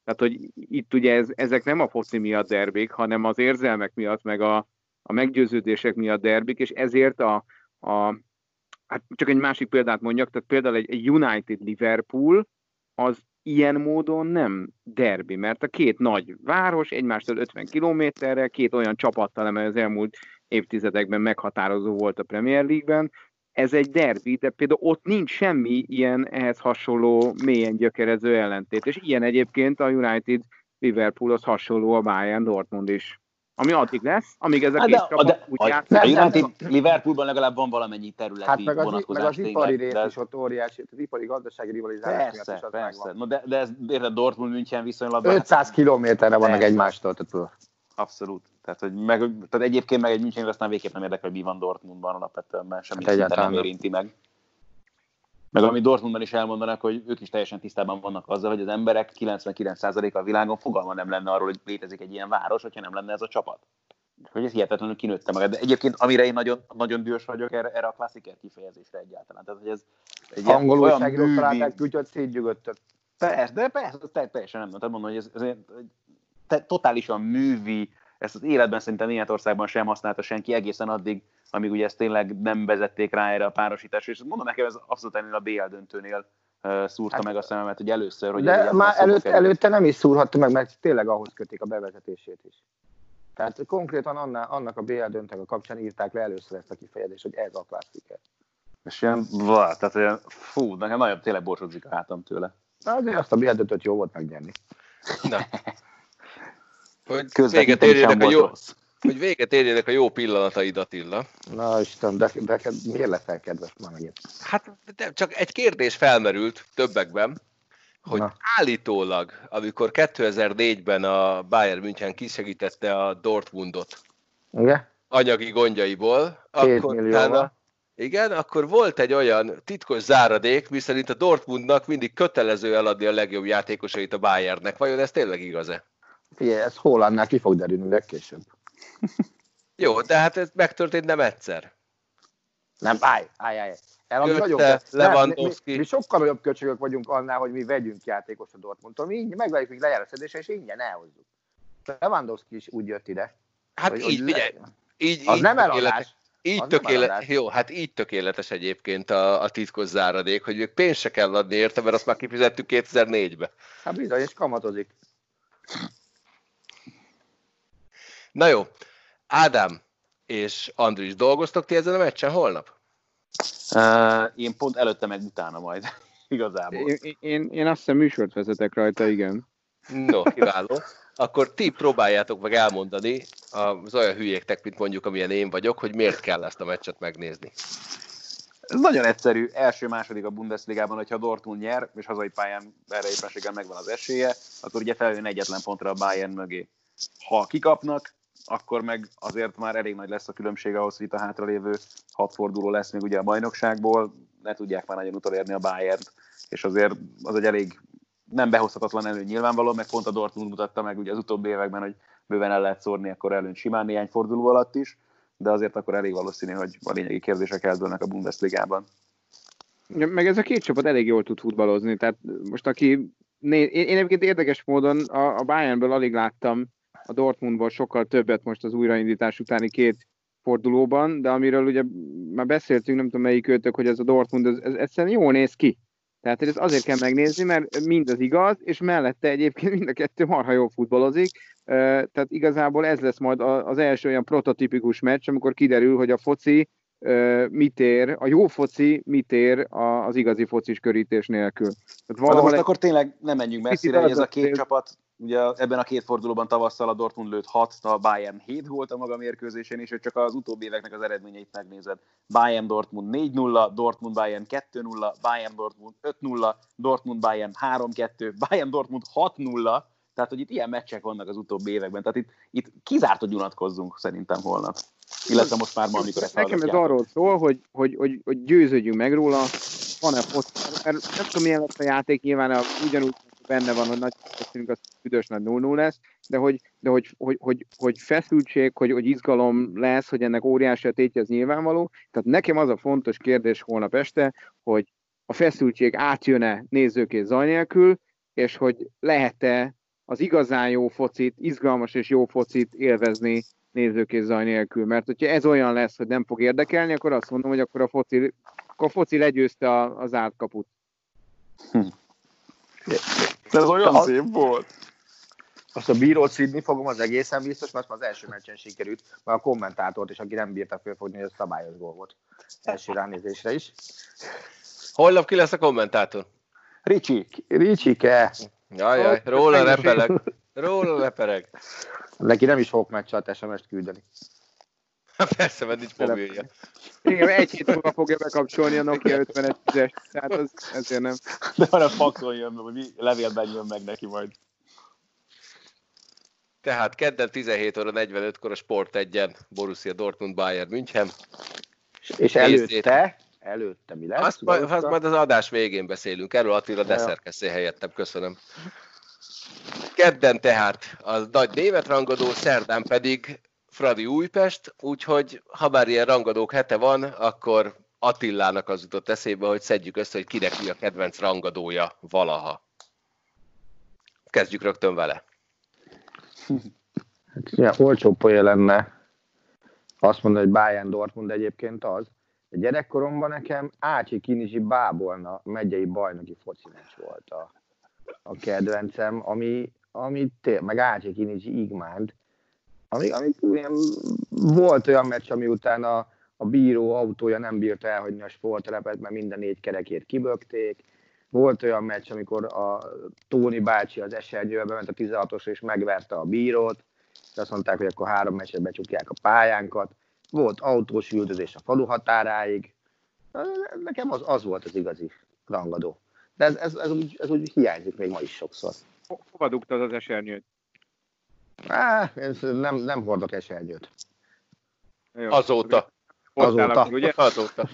Tehát, hogy itt ugye ezek nem a foci miatt derbik, hanem az érzelmek miatt, meg a meggyőződések miatt derbik, és ezért hát csak egy másik példát mondjak, tehát például egy United Liverpool az ilyen módon nem derbi, mert a két nagy város egymástól 50 kilométerre, két olyan csapattal, amely az elmúlt évtizedekben meghatározó volt a Premier League-ben, ez egy derbi, de például ott nincs semmi ilyen ehhez hasonló, mélyen gyökerező ellentét, és ilyen egyébként a United Liverpoolhoz hasonló a Bayern Dortmund is. Ami addig lesz, amíg ez a két csapat úgy játszik. A United Liverpoolban legalább van valamennyi területi vonatkozás. Hát meg az ipari rész is ott óriási, az ipari gazdasági rivalizálás miatt is az persze. No, de ez érted, Dortmund München viszonylag... 500 kilométerre vannak egymástól. Abszolút. Tehát egyébként meg egy München aztán végképp nem érdekel, hogy mi van Dortmundban alapvetően, mert semmi nem érinti meg. Meg amit Dortmundban is elmondanak, hogy ők is teljesen tisztában vannak azzal, hogy az emberek 99%-a a világon fogalma nem lenne arról, hogy létezik egy ilyen város, hogyha nem lenne ez a csapat. Hogy ez hihetetlenül kinőtte magát. De egyébként, amire én nagyon, nagyon dühös vagyok, erre a klassziker kifejezésre egyáltalán. Tehát, hogy ez egy angolul újságírók találták, úgyhogy szétgyűgöttek. Persze, teljesen nem. Tehát mondom, hogy ez totálisan művi, ezt az életben szerintem Németországban sem használta senki egészen addig, amíg ugye ezt tényleg nem vezették rá erre a párosításra, és mondom nekem, ez abszolút ennél a BL döntőnél szúrta meg a szememet, hogy először... Hogy de már előtte nem is szúrhatta meg, mert tényleg ahhoz kötik a bevezetését is. Tehát konkrétan annak a BL döntőnek a kapcsán írták le először ezt a kifejezést, hogy ez a klassziker. És ilyen, tehát olyan, fú, nekem nagyon tényleg borsodzik a hátam tőle. Na azért azt a BL döntőt jó volt megnyerni. Na. Hogy véget érjenek a jó pillanataid, Attila. Na Isten, de miért leszel kedves már megint? Hát csak egy kérdés felmerült többekben, hogy állítólag, amikor 2004-ben a Bayern München kisegítette a Dortmundot anyagi gondjaiból, akkor volt egy olyan titkos záradék, miszerint a Dortmundnak mindig kötelező eladni a legjobb játékosait a Bayernnek. Vajon ez tényleg igaz-e? Figyelj, ez Hollandnál ki fog derülni legkésőbb. Jó, de hát ez megtörtént nem egyszer. Nem, állj. Lewandowski. Mi sokkal nagyobb köcsögök vagyunk annál, hogy mi vegyünk játékos a Dortmundtól. Mi megvárjuk, hogy lejár a szedése, és ingyen elhozzuk. Lewandowski is úgy jött ide. Hát figyelj. Az nem eladás. Jó, hát így tökéletes egyébként a titkos záradék, hogy ők pénzt se kell adni érte, mert azt már kifizettük 2004-be. Hát bizony, és kamatozik. Na jó, Ádám és Andris, dolgoztok ti ezen a meccsen holnap? Én pont előtte meg utána majd, igazából. Én azt hiszem műsort vezetek rajta, igen. No, kiváló. Akkor ti próbáljátok meg elmondani az olyan hülyéknek, mint mondjuk amilyen én vagyok, hogy miért kell ezt a meccset megnézni. Ez nagyon egyszerű. Első-második a Bundesligában, hogyha a Dortmund nyer, és hazai pályán erre éppenséggel megvan az esélye, akkor ugye feljön egyetlen pontra a Bayern mögé. Ha kikapnak, akkor meg azért már elég nagy lesz a különbség ahhoz, hogy itt a hátralévő 6 forduló lesz még ugye a bajnokságból, ne tudják már nagyon utolérni a Bayernt, és azért az egy elég nem behozhatatlan előny nyilvánvaló, meg pont a Dortmund mutatta meg ugye az utóbbi években, hogy bőven el lehet szórni akkor előny simán néhány forduló alatt is, de azért akkor elég valószínű, hogy a lényegi kérdések eldőlnek a Bundesligában. Meg ez a két csapat elég jól tud futballozni, tehát most én egyébként érdekes módon a Bayernből alig láttam a Dortmundból sokkal többet most az újraindítás utáni két fordulóban, de amiről ugye már beszéltünk, nem tudom melyik őtök, hogy ez a Dortmund, ez egyszerűen jól néz ki. Tehát ez azért kell megnézni, mert mind az igaz, és mellette egyébként mind a kettő marha jól futballozik. Tehát igazából ez lesz majd az első olyan prototipikus meccs, amikor kiderül, hogy a foci mit ér, a jó foci mit ér az igazi focis körítés nélkül. De most akkor tényleg nem menjünk messzire, hogy ez a két csapat, ugye ebben a két fordulóban tavasszal a Dortmund lőtt 6, a Bayern 7 volt a maga mérkőzésén, és hogy csak az utóbbi éveknek az eredményeit megnézed. Bayern Dortmund 4-0, Dortmund Bayern 2-0, Bayern Dortmund 5-0, Dortmund Bayern 3-2, Bayern Dortmund 6-0, tehát hogy itt ilyen meccsek vannak az utóbbi években, tehát itt kizárt, hogy unatkozzunk szerintem holnap. Illetve most már ma, amikor ezt nekem ez arról szól, hogy győződjünk meg róla, van-e mert nem tudom, milyen lesz a játék, nyilván ugyanúgy benne van, hogy nagy beszélünk, az üdös nagy 0-0 lesz, de hogy feszültség, hogy izgalom lesz, hogy ennek óriási a tétje, az nyilvánvaló. Tehát nekem az a fontos kérdés holnap este, hogy a feszültség átjön-e nézőkész zaj nélkül, és hogy lehet-e az igazán jó focit, izgalmas és jó focit élvezni nézők zaj nélkül. Mert hogyha ez olyan lesz, hogy nem fog érdekelni, akkor azt mondom, hogy akkor a foci legyőzte az átkaput. Ez olyan szép volt. Azt a bírót szidni fogom, az egészen biztos, mert az első meccsen sikerült, mert a kommentátort is, aki nem bírta fölfogni, hogy ez szabályos gól volt. Első ránézésre is. Holnap ki lesz a kommentátor? Ricsike. Jaj, róla lepereg. Neki nem is fogok meccselt SMS-t küldeni. Persze, mert nincs mobilja. Igen, egy hét múlva fogja bekapcsolni a Nokia 5110-est, tehát az ezért nem. De van a faxon jön, vagy levélben jön meg neki majd. Tehát kedden 17 óra 45-kor a Sport 1-en Borussia Dortmund Bayern München. És előtte mi lesz? Azt majd az adás végén beszélünk. Erről Attila deszerkesszé helyettem, köszönöm. Kedden tehát a nagy német rangadó, szerdán pedig Fradi Újpest, úgyhogy ha bár ilyen rangadók hete van, akkor Attilának az jutott eszébe, hogy szedjük össze, hogy kinek mi a kedvenc rangadója valaha. Kezdjük rögtön vele. Hát, olcsó poén lenne azt mondani, hogy Bayern Dortmund, egyébként az. De gyerekkoromban nekem Ácsi Kinizsi Bábolna megyei bajnoki foci meccs volt a kedvencem, ami meg Ácsi Kinizsi Igmánd. Volt olyan meccs, ami után a bíró autója nem bírta elhagyni a sporttelepet, mert minden 4 kerekét kibökték. Volt olyan meccs, amikor a Tóni bácsi az Esergyőbe ment a 16-osra és megverte a bírót, és azt mondták, hogy akkor 3 meccset becsukják a pályánkat. Volt autós üldözés a falu határáig. Nekem az volt az igazi rangadó. De ez úgy hiányzik még ma is sokszor. Hova dugtad az esernyőt? Nem hordok esernyőt. Azóta. Ugye? Azóta.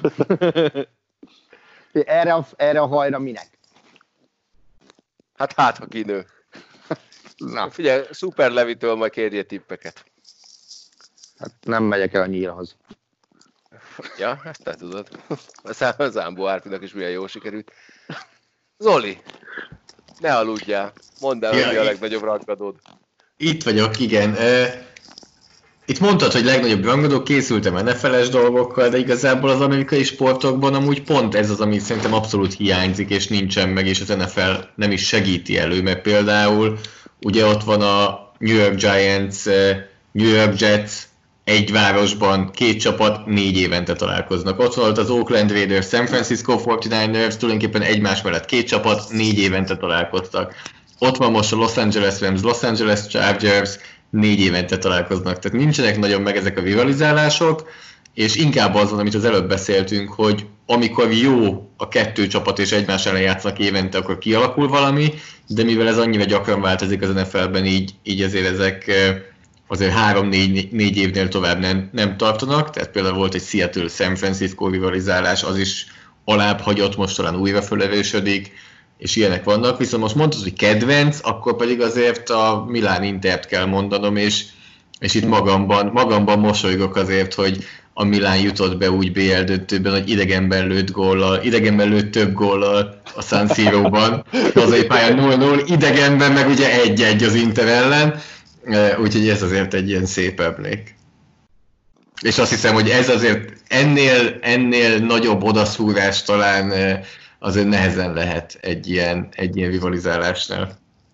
Erre a hajra minek? Hát ha kinő. Na. Figyelj, Szuper Levitől majd kérje tippeket. Hát nem megyek el a Nyílhoz. Ja, ezt te tudod. A Zámbó Árpinak is milyen jól sikerült. Zoli, ne aludjál. Mondd el, hogy mi a legnagyobb rangadód. Itt vagyok, igen. Itt mondtad, hogy legnagyobb rangadó, készültem NFL-es dolgokkal, de igazából az amerikai sportokban amúgy pont ez az, ami szerintem abszolút hiányzik, és nincsen meg, és az NFL nem is segíti elő, mert például ugye ott van a New York Giants, New York Jets, egy városban 2 csapat 4 évente találkoznak. Ott volt az Oakland Raiders, San Francisco 49ers, tulajdonképpen egymás mellett 2 csapat 4 évente találkoztak. Ott van most a Los Angeles Rams, Los Angeles Chargers, 4 évente találkoznak. Tehát nincsenek nagyon meg ezek a rivalizálások, és inkább az van, amit az előbb beszéltünk, hogy amikor jó a 2 csapat és egymás ellen játszanak évente, akkor kialakul valami, de mivel ez annyira gyakran változik az NFL-ben, így azért ezek azért 3-4 évnél tovább nem tartanak. Tehát például volt egy Seattle-San Francisco rivalizálás, az is alább hagyott, most talán újra felerősödik, és ilyenek vannak. Viszont most mondtad, hogy kedvenc, akkor pedig azért a Milán Intert kell mondanom, és itt magamban mosolygok azért, hogy a Milán jutott be úgy BL döntőben, hogy idegenben lőtt több góllal a San Siro-ban, hazai pályán 0-0, idegenben meg ugye 1-1 az Inter ellen, úgyhogy ez azért egy ilyen szép emlék. És azt hiszem, hogy ez azért ennél nagyobb odaszúrás talán azért nehezen lehet egy ilyen rivalizálásnál.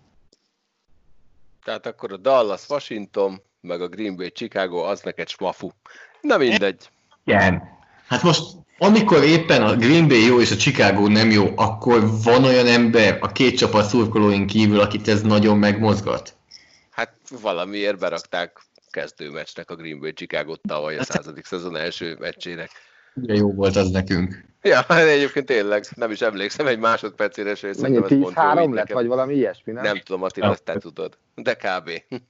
Tehát akkor a Dallas Washington, meg a Green Bay Chicago, az neked smafu. Na mindegy. Igen. Hát most, amikor éppen a Green Bay jó és a Chicago nem jó, akkor van olyan ember a 2 csapat szurkolóin kívül, akit ez nagyon megmozgat? Hát valamiért berakták kezdőmeccsnek a Green Bay Chicago-t tavaly a 100. szezon első meccsének. De jó volt az nekünk. Ja, egyébként tényleg, nem is emlékszem egy másodpercére se. Mennyi 10-3 lett, vagy valami ilyesmi, nem? Nem tudom, Attila, ezt te tudod. De kb.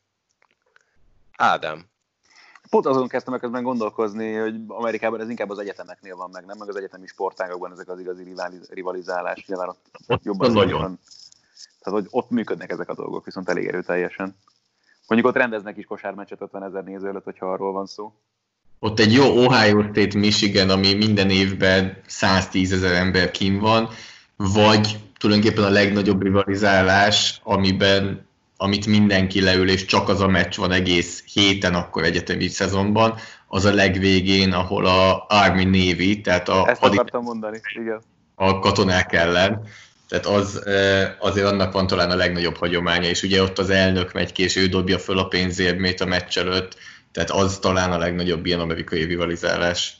Ádám. Pont azon kezdtem meg közben gondolkozni, hogy Amerikában ez inkább az egyetemeknél van meg, nem? Meg az egyetemi sportágokban ezek az igazi rivalizálás. Nyilván ott jobban nagyon. Tehát, hogy ott működnek ezek a dolgok, viszont elég erőteljesen. Mondjuk ott rendeznek is kosármeccset 50 000 néző előtt, hogyha arról van szó. Ott egy jó Ohio State Michigan, ami minden évben 110 000 ember kín van, vagy tulajdonképpen a legnagyobb rivalizálás, amiben amit mindenki leül, és csak az a meccs van egész héten, akkor egyetemi szezonban, az a legvégén, ahol a Army Navy, tehát ezt akartam mondani, igen. A katonák ellen, tehát azért annak van talán a legnagyobb hagyománya, és ugye ott az elnök megy ki, és ő dobja föl a pénzérmét a meccs előtt, tehát az talán a legnagyobb ilyen amerikai rivalizálás.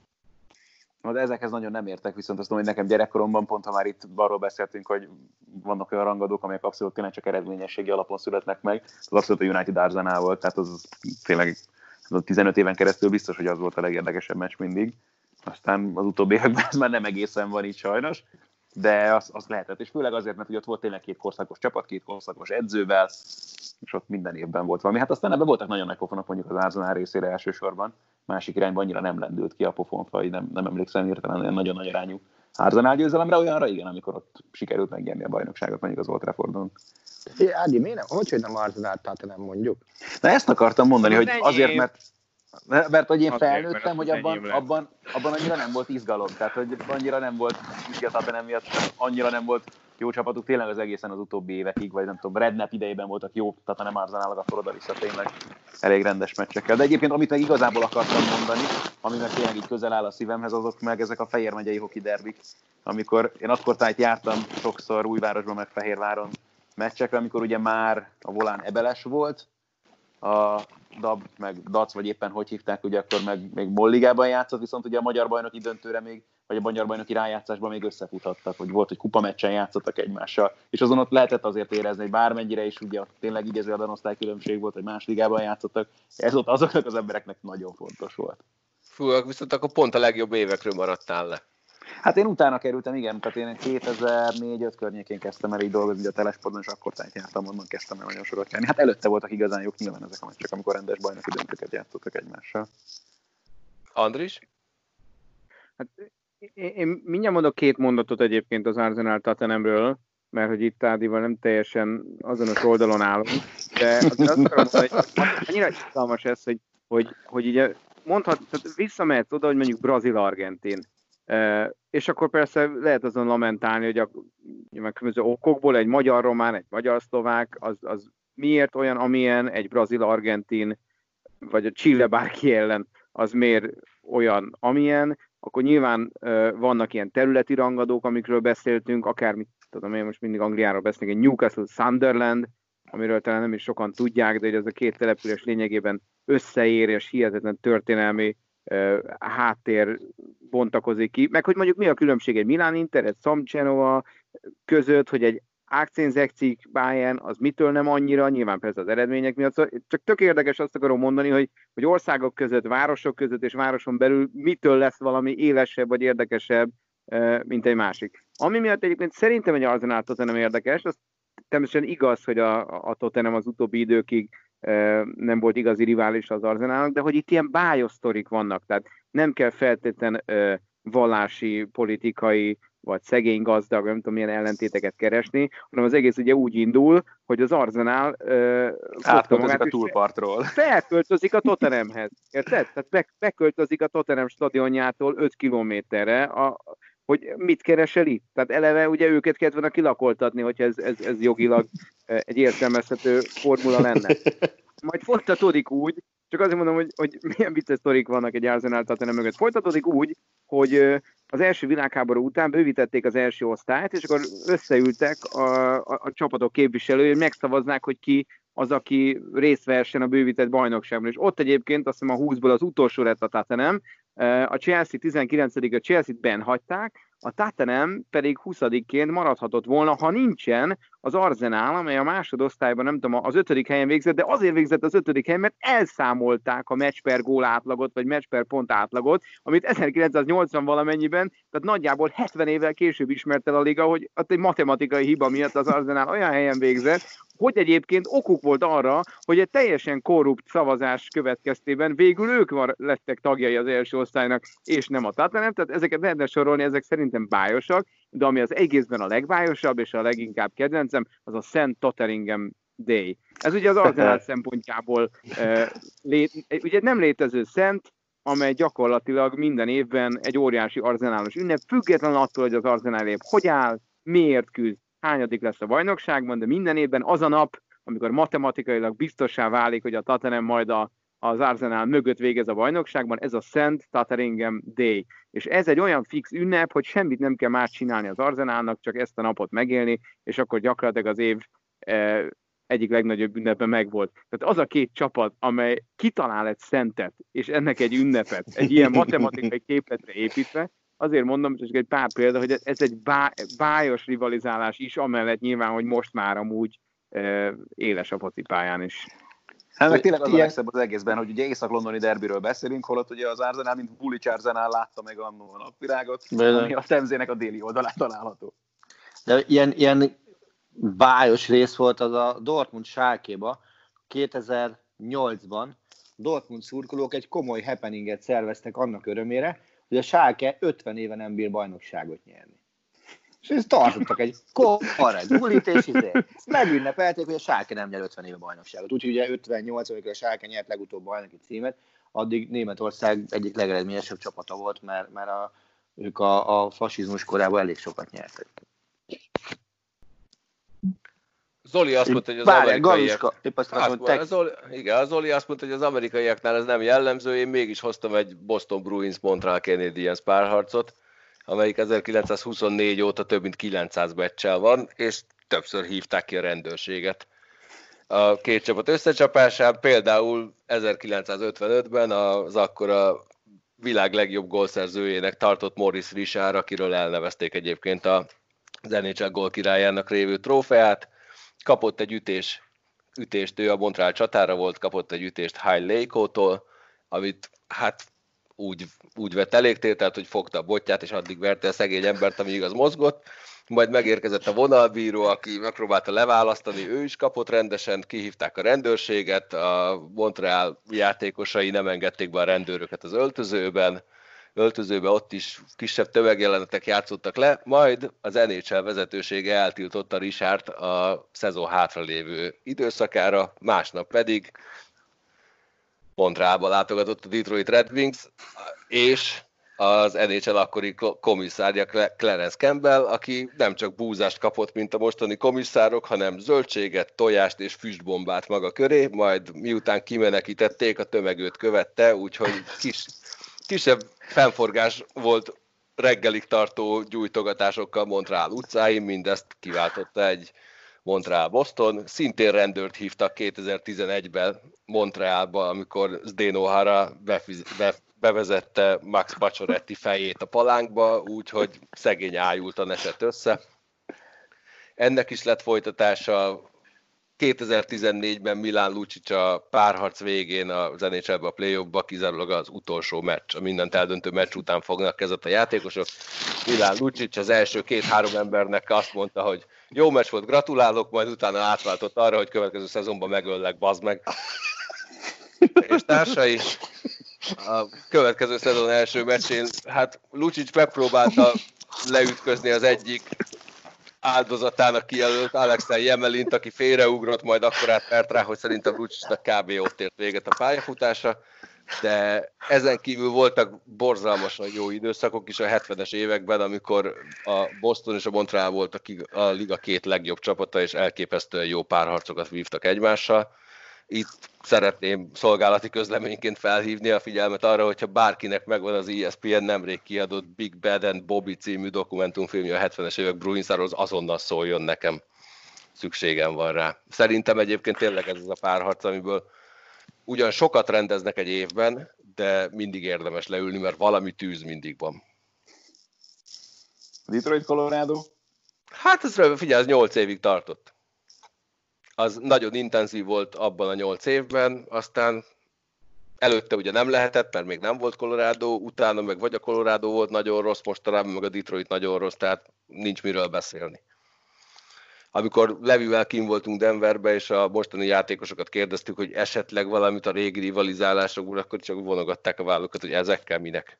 De ezekhez nagyon nem értek, viszont azt mondom, hogy nekem gyerekkoromban pont, ha már itt arról beszéltünk, hogy vannak olyan rangadók, amelyek abszolút tényleg csak eredményességi alapon születnek meg, az abszolút a United Arsenal volt, tehát az tényleg 15 éven keresztül biztos, hogy az volt a legérdekesebb meccs mindig. Aztán az utóbbi években ez már nem egészen van így sajnos, de az lehetett, és főleg azért, mert ugye ott volt tényleg 2 korszakos csapat, 2 korszakos edzővel, és ott minden évben volt valami. Hát aztán ebben voltak nagyon nagy pofonok mondjuk az Arsenal részére elsősorban, másik irányban annyira nem lendült ki a pofonfa, hogy nem emlékszem hirtelen olyan nagyon nagy arányú Arsenal győzelemre, olyanra igen, amikor ott sikerült megnyerni a bajnokságot mondjuk az Old Traffordon. Ági, miért nem? Hogy nem Arsenal-t nem mondjuk? Na ezt akartam mondani, hogy azért, mert hogy én Azért, felnőttem, hogy abban annyira nem volt izgalom, tehát hogy annyira nem volt Tottenham miatt, annyira nem volt jó csapatuk, tényleg az egészen az utóbbi évekig, vagy nem tudom, Redknapp idejében voltak jó, tehát nem Arsenal, akkor oda-vissza tényleg elég rendes meccsekkel. De egyébként, amit meg igazából akartam mondani, ami meg tényleg így közel áll a szívemhez, azok meg ezek a Fejér megyei hoki derbik, amikor én akkor tájt jártam sokszor Újvárosban, meg Fehérváron meccsekre, amikor ugye már a volán Ebeles volt, a DAB, meg DAC, vagy éppen hogy hívták, ugye akkor meg még Molligában játszott, viszont ugye a magyar bajnoki döntőre még, vagy a magyar bajnoki rájátszásban még összefuthattak, hogy volt, hogy kupameccsen játszottak egymással, és azon ott lehetett azért érezni, hogy bármennyire is ugye tényleg idézőjelben osztálykülönbség volt, hogy más ligában játszottak, ez ott azoknak az embereknek nagyon fontos volt. Fú, viszont akkor pont a legjobb évekről maradtál le. Hát én utána kerültem, igen, tehát én 2004-5 környékén kezdtem el így dolgozni a Telesportban, és akkor tájt jártam, onnan kezdtem el nagyon sokat járni. Hát előtte voltak igazán jók nyilván ezek a meccsek, amikor rendes bajnoki döntőket játszottak egymással. Andris? Hát én mindjárt mondok 2 mondatot egyébként az Arsenal Tottenhamről, mert hogy itt Ádival nem teljesen azonos oldalon állunk, de azért azt akarom mondani, hogy annyira izgalmas ez, hogy így mondhat, tehát visszamehetsz oda, hogy mondjuk Brazil-Argentin. És akkor persze lehet azon lamentálni, hogy a különböző okokból egy magyar-román, egy magyar-szlovák, az miért olyan, amilyen egy brazil-argentin, vagy a Chile bárki ellen, az miért olyan, amilyen, akkor nyilván vannak ilyen területi rangadók, amikről beszéltünk, akár, tudom én most mindig Angliáról beszélünk, egy Newcastle Sunderland, amiről talán nem is sokan tudják, de hogy ez a 2 település lényegében összeér, és hihetetlen történelmi háttér bontakozik ki, meg hogy mondjuk mi a különbség egy Milán Inter, egy Samcenova között, hogy egy Akcienzekcik Bayern, az mitől nem annyira, nyilván persze az eredmények miatt, szóval csak tök érdekes azt akarom mondani, hogy országok között, városok között és városon belül mitől lesz valami élesebb vagy érdekesebb, mint egy másik. Ami miatt egyébként szerintem egy Arsenal Tottenham érdekes, az természetesen igaz, hogy a Tottenham az utóbbi időkig nem volt igazi rivális az Arsenalnak, de hogy itt ilyen bájosztorik vannak, tehát nem kell feltétlen vallási, politikai, vagy szegény gazdag, nem tudom milyen ellentéteket keresni, hanem az egész ugye úgy indul, hogy az Arsenal átköltözik a túlpartról. Felköltözik a Tottenhamhez. Érted? Tehát beköltözik a Tottenham stadionjától 5 kilométerre, hogy mit keresel itt? Tehát eleve ugye őket kellett volna kilakoltatni, hogyha ez jogilag egy értelmezhető formula lenne. Majd folytatódik úgy, csak azért mondom, hogy milyen vicces sztorik vannak egy Arsenal Tottenham mögött. Folytatódik úgy, hogy az első világháború után bővítették az első osztályt, és akkor összeültek a csapatok képviselői, hogy megszavaznák, hogy ki az, aki részt vehessen a bővített bajnokságban. És ott egyébként azt hiszem a 20-ból az utolsó lett a Tottenham, a Chelsea 19. a Chelsea-t benhagyták, a Tottenham pedig 20-ként maradhatott volna, ha nincsen az Arsenal, amely a másodosztályban nem tudom, az 5. helyen végzett, de azért végzett az 5. helyen, mert elszámolták a match per gól átlagot, vagy match per pont átlagot, amit 1980 valamennyiben, tehát nagyjából 70 évvel később ismert el a liga, hogy ott egy matematikai hiba miatt az Arsenal olyan helyen végzett, hogy egyébként okuk volt arra, hogy egy teljesen korrupt szavazás következtében végül ők lettek tagjai az első osztálynak, és nem a Tottenham, tehát ezeket lehetne sorolni, ezek szerintem bájosak, de ami az egészben a legbájosabb, és a leginkább kedvencem, az a Szent Tottenham Day. Ez ugye az Arsenal szempontjából ugye nem létező szent, amely gyakorlatilag minden évben egy óriási arzenálos ünnep, független attól, hogy az Arsenal épp hogy áll, miért küzd, hányadik lesz a bajnokságban, de minden évben az a nap, amikor matematikailag biztossá válik, hogy a Tottenham majd az Arsenal mögött végez a bajnokságban, ez a Szent Tottenham Day. És ez egy olyan fix ünnep, hogy semmit nem kell más csinálni az Arsenalnak, csak ezt a napot megélni, és akkor gyakorlatilag az év egyik legnagyobb ünnepe megvolt. Tehát az a két csapat, amely kitalál egy szentet, és ennek egy ünnepet, egy ilyen matematikai képletre építve, azért mondom, csak egy pár példa, hogy ez egy bájos rivalizálás is, amellett nyilván, hogy most már amúgy éles a focipályán is. Hát meg tényleg az a legszebb az egészben, hogy ugye észak-londoni derbiről beszélünk, holott ugye az Arsenal, mint Woolwich Arsenal látta meg annól a napvilágot, ami a Temzének a déli oldalán található. De ilyen bájos rész volt az a Dortmund Schalke-ba 2008-ban. Dortmund szurkolók egy komoly happeninget szerveztek annak örömére, hogy a Schalke 50 éve nem bír bajnokságot nyerni. És ezt tartottak egy bulit, és megünnepelték, hogy a Schalke nem nyer 50 éve bajnokságot. Úgyhogy ugye 58, amikor a Schalke nyert legutóbb bajnoki címet, addig Németország egyik legeredményesebb csapata volt, mert ők a fasizmus korában elég sokat nyertek. Zoli azt mondta, hogy az amerikaiak... Zoli azt mondta, hogy az amerikaiaknál ez nem jellemző, én mégis hoztam egy Boston Bruins Montreal Canadiens párharcot, amelyik 1924 óta több mint 900 meccsel van, és többször hívták ki a rendőrséget. A két csapat összecsapásán például 1955-ben az akkor a világ legjobb gólszerzőjének tartott Maurice Richard, akiről elnevezték egyébként az NHL gólkirályának révő trófeát, kapott egy ütést, ő a Montreal csatára volt, kapott egy ütést High Lake-tól, amit hát úgy vett elégtél, tehát hogy fogta a botját, és addig verte a szegény embert, amíg az mozgott. Majd megérkezett a vonalbíró, aki megpróbálta leválasztani, ő is kapott rendesen, kihívták a rendőrséget, a Montreal játékosai nem engedték be a rendőröket az öltözőbe, ott is kisebb tömegjelenetek játszottak le, majd az NHL vezetősége eltiltotta Richardt a szezon hátralévő időszakára, másnap pedig Montrealba látogatott a Detroit Red Wings, és az NHL akkori komisszárja Clarence Campbell, aki nem csak búzást kapott, mint a mostani komisszárok, hanem zöldséget, tojást és füstbombát maga köré, majd miután kimenekítették, a tömeg őt követte, úgyhogy kisebb fennforgás volt reggelig tartó gyújtogatásokkal Montreal utcáin, mindezt kiváltotta egy Montreal-Boston. Szintén rendőrt hívtak 2011-ben Montrealba, amikor Zdeno Hara bevezette Max Pacioretty fejét a palánkba, úgyhogy szegény ájultan esett össze. Ennek is lett folytatása. 2014-ben Milan Lucic a párharc végén az NHL-be a play-offba, kizárólag az utolsó meccs, a mindent eldöntő meccs után fognak kezet a játékosok. Milan Lucic az első 2-3 embernek azt mondta, hogy jó meccs volt, gratulálok, majd utána átváltott arra, hogy következő szezonban megöllek, bazd meg. És társai, a következő szezon első meccsén, hát Lucic megpróbálta leütközni az egyik áldozatának kijelölt Alexei Jemelint, aki félreugrott, majd akkor átvert rá, hogy szerintem Lucicnak kb. Ott ért véget a pályafutása, de ezen kívül voltak borzalmasan jó időszakok is a 70-es években, amikor a Boston és a Montreal volt a liga két legjobb csapata, és elképesztően jó párharcokat vívtak egymással. Itt szeretném szolgálati közleményként felhívni a figyelmet arra, hogyha bárkinek megvan az ESPN nemrég kiadott Big Bad and Bobby című dokumentumfilmje a 70-es évek Bruinsáról, az azonnal szóljon nekem. Szükségem van rá. Szerintem egyébként tényleg ez az a párharc, amiből ugyan sokat rendeznek egy évben, de mindig érdemes leülni, mert valami tűz mindig van. Detroit, Colorado? Hát ez figyelj, ez 8 évig tartott. Az nagyon intenzív volt abban a 8 évben, aztán előtte ugye nem lehetett, mert még nem volt Colorado, utána meg vagy a Colorado volt nagyon rossz, mostanában meg a Detroit nagyon rossz, tehát nincs miről beszélni. Amikor Levivel kim voltunk Denverbe, és a mostani játékosokat kérdeztük, hogy esetleg valamit a régi rivalizálásokból, akkor csak vonogatták a vállukat, hogy ezekkel minek.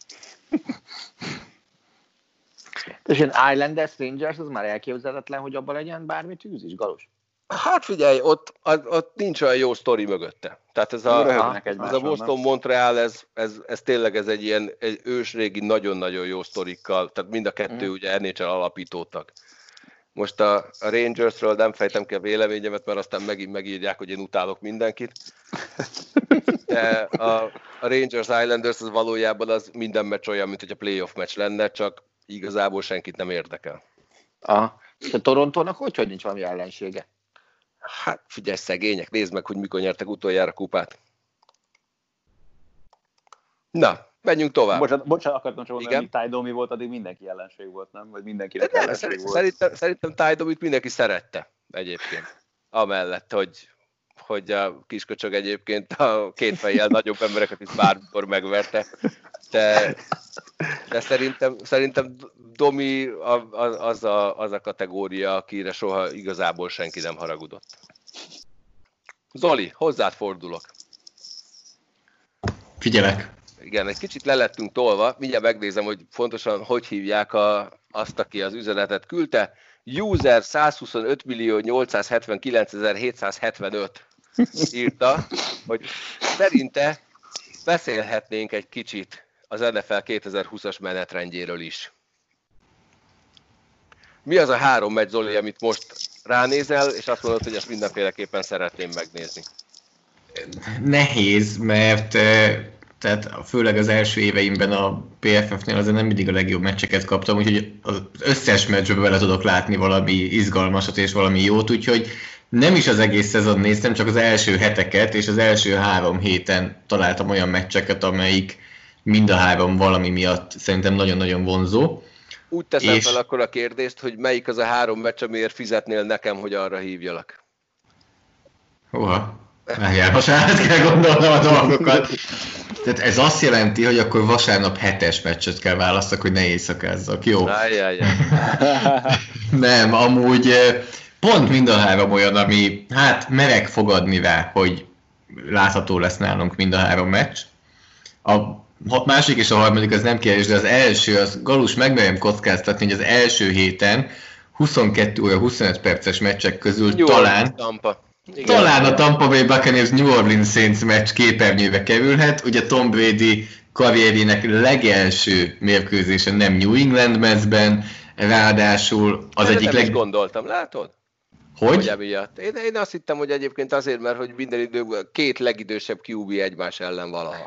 És ilyen Islanders, Rangers, az már elképzelhetetlen, hogy abban legyen bármi tűz is, Galos? Hát figyelj, ott nincs olyan jó sztori mögötte. Tehát ez a Boston-Montreal, ez tényleg egy ősrégi, nagyon-nagyon jó sztorikkal, tehát mind a kettő ugye NHL alapítótag. Most a Rangersről nem fejtem ki a véleményemet, mert aztán megint megírják, hogy én utálok mindenkit. De a Rangers Islanders az valójában az minden meccs olyan, mint hogy a playoff meccs lenne, csak igazából senkit nem érdekel. Aha. A Torontónak hogy nincs valami ellensége? Hát figyelj, szegények, nézd meg, hogy mikor nyertek utoljára kupát. Na, menjünk tovább. Bocsánat, akartam csak mondani, hogy Ty Domi volt, addig mindenki ellenség volt, nem? Vagy mindenkinek ellenség volt. Szerintem Ty Domit mindenki szerette egyébként. Amellett, hogy a kisköcsög egyébként a két fejjel nagyobb embereket is bármikor megverte. De szerintem Domi az a kategória, akire soha igazából senki nem haragudott. Zoli, hozzád fordulok. Figyelek. Igen, egy kicsit le lettünk tolva, mindjárt megnézem, hogy fontosan hogy hívják azt, aki az üzenetet küldte. User 125.879.775 írta, hogy szerinte beszélhetnénk egy kicsit az NFL 2020-as menetrendjéről is. Mi az a 3 meccs, Zoli, amit most ránézel, és azt mondod, hogy ezt mindenféleképpen szeretném megnézni? Nehéz, mert tehát főleg az első éveimben a PFF-nél azért nem mindig a legjobb meccseket kaptam, úgyhogy az összes meccsből bele tudok látni valami izgalmasat és valami jót, úgyhogy nem is az egész szezon néztem, csak az első heteket, és az első 3 héten találtam olyan meccseket, amelyik mind a 3 valami miatt szerintem nagyon-nagyon vonzó. Úgy teszem fel akkor a kérdést, hogy melyik az a 3 meccs, amiért fizetnél nekem, hogy arra hívjalak? Húha, várjál, most át kell gondolnom a dolgokat. Tehát ez azt jelenti, hogy akkor vasárnap 7-es meccset kell választak, hogy ne éjszakázzak, jó? Nem, amúgy pont mind a 3 olyan, ami hát merek fogadni rá, hogy látható lesz nálunk mind a 3 meccs. A másik és a harmadik az nem kérdés, de az első, az Galus megmerjem kockáztatni, hogy az első héten 22 óra 25 perces meccsek közül talán a Tampa Bay Buccaneers New Orleans Saints meccs képernyőbe kerülhet. Ugye Tom Brady karrierjének legelső mérkőzése nem New England mezben, ráadásul az egyik gondoltam, látod? Hogy? Én azt hittem, hogy egyébként azért, mert hogy minden időben 2 legidősebb QB egymás ellen valaha.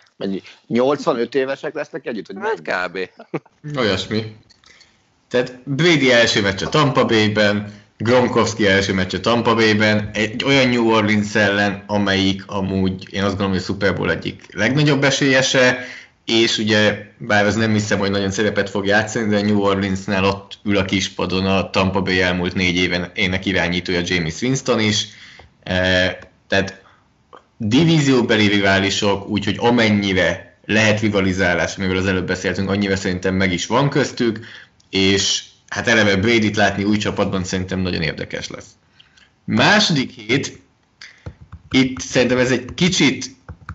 85 évesek lesznek együtt? Hogy hát kb. Olyasmi. Tehát Brady első meccse Tampa Bayben, Gronkowski első meccse Tampa Bayben, egy olyan New Orleans ellen, amelyik amúgy, én azt gondolom, hogy a Super Bowl egyik legnagyobb esélyese, és ugye, bár az nem hiszem, hogy nagyon szerepet fog játszani, de a New Orleansnál ott ül a kispadon a Tampa Bay elmúlt 4 évenek irányítója Jameis Winston is, tehát divízióbeli riválisok, úgyhogy amennyire lehet rivalizálás, amivel az előbb beszéltünk, annyira szerintem meg is van köztük, és hát eleve Bradyt látni új csapatban szerintem nagyon érdekes lesz. Második hét, itt szerintem ez egy kicsit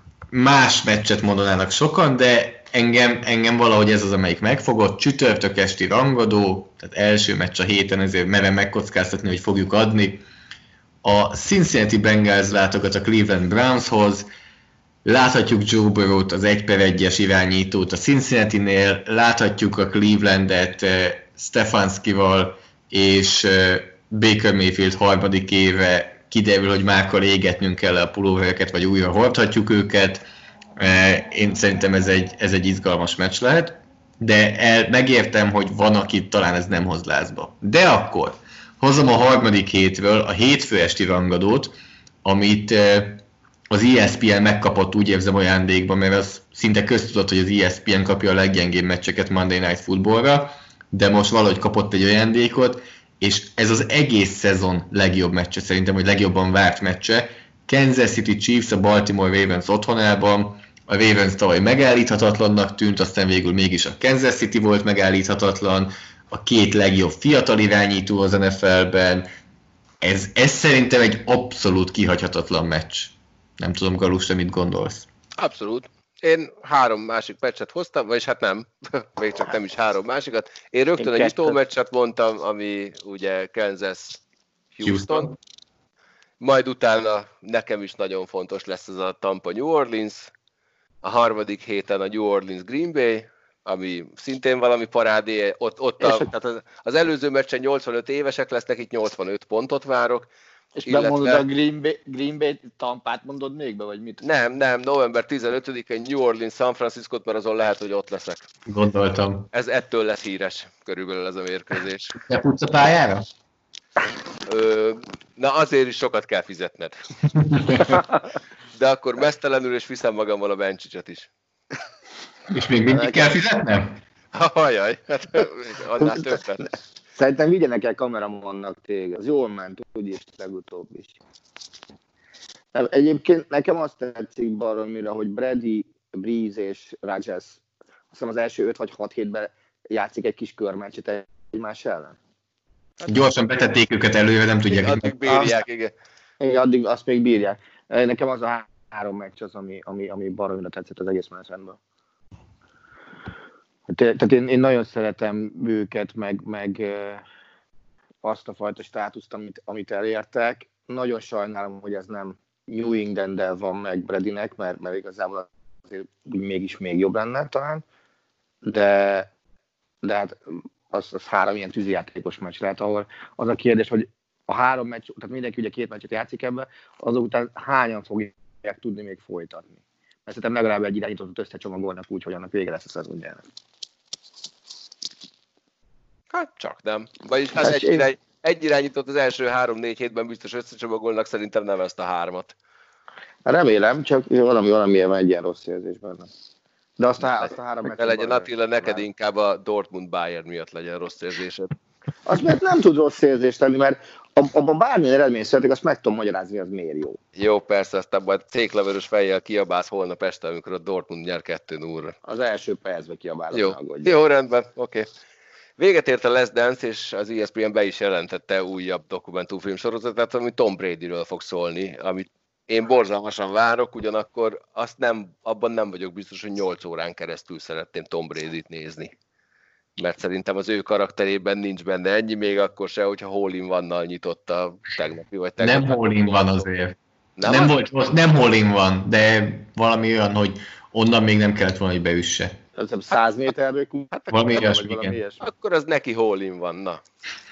más meccset mondanának sokan, de engem valahogy ez az, amelyik megfogott. Csütörtök esti rangadó, tehát első meccs a héten, ezért merem megkockáztatni, hogy fogjuk adni. A Cincinnati Bengals látogat a Cleveland Brownshoz, láthatjuk Joe Burrow-t, az 1/1-es irányítót a Cincinnati-nél, láthatjuk a Clevelandet Stefanskival és Baker Mayfield harmadik éve kiderül, hogy mákkor égetnünk kell a pulóvereket, vagy újra hordhatjuk őket. Én szerintem ez egy izgalmas meccs lehet, de megértem, hogy van, aki talán ez nem hoz lázba. De akkor hozom a harmadik hétről a hétfő esti rangadót, amit az ESPN megkapott, úgy érzem, ajándékban, mert az szinte köztudott, hogy az ESPN kapja a leggyengébb meccseket Monday Night Footballra, de most valahogy kapott egy ajándékot, és ez az egész szezon legjobb meccse, szerintem, hogy legjobban várt meccse. Kansas City Chiefs a Baltimore Ravens otthonában. A Ravens tavaly megállíthatatlannak tűnt, aztán végül mégis a Kansas City volt megállíthatatlan. A 2 legjobb fiatal irányító az NFL-ben. Ez szerintem egy abszolút kihagyhatatlan meccs. Nem tudom, Galus, te mit gondolsz? Abszolút. Én 3 másik meccset hoztam, vagyis hát nem, még csak nem is 3 másikat. Én rögtön egy nyitó meccset mondtam, ami ugye Kansas-Houston. Majd utána nekem is nagyon fontos lesz ez a Tampa New Orleans. A harmadik héten a New Orleans Green Bay, ami szintén valami parádé, tehát az előző meccsen 85 évesek lesznek, itt 85 pontot várok. És bemondod a Green Bay Tampát mondod még be, vagy mit? Nem, november 15-én New Orleans, San Francisco-t, mert azon lehet, hogy ott leszek. Gondoltam. Ez ettől lesz híres, körülbelül ez a mérkőzés. Te futsz a pályára? Na azért is sokat kell fizetned. De akkor mesztelenül, és viszem magammal a Bencsicset is. És még mindig kell fizetnem? Hajaj, hát annál többet. Szerintem vigyenek el kameramannak téged. Az jól ment, úgyis legutóbb is. Egyébként nekem azt tetszik baromira, hogy Brady, Breeze és Rodgers azt hiszem az első 5 vagy 6 hétben játszik egy kis körmeccset egymás ellen. Gyorsan betették őket előre, nem tudják. Addig bírják, igen. Igen, addig azt még bírják. Nekem az a 3 meccs az, ami baromira tetszett az egész menetrendben. Tehát én nagyon szeretem őket, meg azt a fajta státuszt, amit elértek. Nagyon sajnálom, hogy ez nem New England-del van meg Bradynek, mert igazából azért mégis még jobb lenne talán. De hát az 3 ilyen tűzijátékos meccs lehet, ahol az a kérdés, hogy a 3 meccs, tehát mindenki ugye 2 meccset játszik ebbe, azok után hányan fogják tudni még folytatni. Mert szerintem legalább egy irányítót összecsomagolnak úgy, hogy annak vége lesz a szezonjának. Hát csak nem. Vagyis hát egy irányítót az első 3-4 hétben biztos összecsomagolnak, szerintem nem ezt a 3-at. Remélem, csak valamiért van egy ilyen rossz érzés benne. De azt a 3 meccset... Legyen Attila, neked inkább a Dortmund Bayern miatt legyen rossz érzésed. Azt mert nem tud rossz érzést lenni, mert abban bármilyen eredmény születik, azt meg tudom magyarázni, hogy az miért jó. Jó, persze, aztán majd cékleverős fejjel kiabálsz holnap este, amikor a Dortmund nyer 2-0-ra. Az első percben kiabálok. Jó, rendben, oké. Véget ért a Last Dance, és az ESPN be is jelentette újabb dokumentumfilm sorozatát, ami Tom Bradyről fog szólni, amit én borzalmasan várok, ugyanakkor abban nem vagyok biztos, hogy 8 órán keresztül szeretném Tom Bradyt nézni. Mert szerintem az ő karakterében nincs benne ennyi, még akkor se, hogyha hole-in-one-nal nyitott a tegnapi vagy tegnap. Nem hole-in-one azért. Nem hole-in-one, de valami olyan, hogy onnan még nem kellett volna, hogy beüsse. 100 méterből valami ilyesmi. Akkor az neki hole-in-one, na.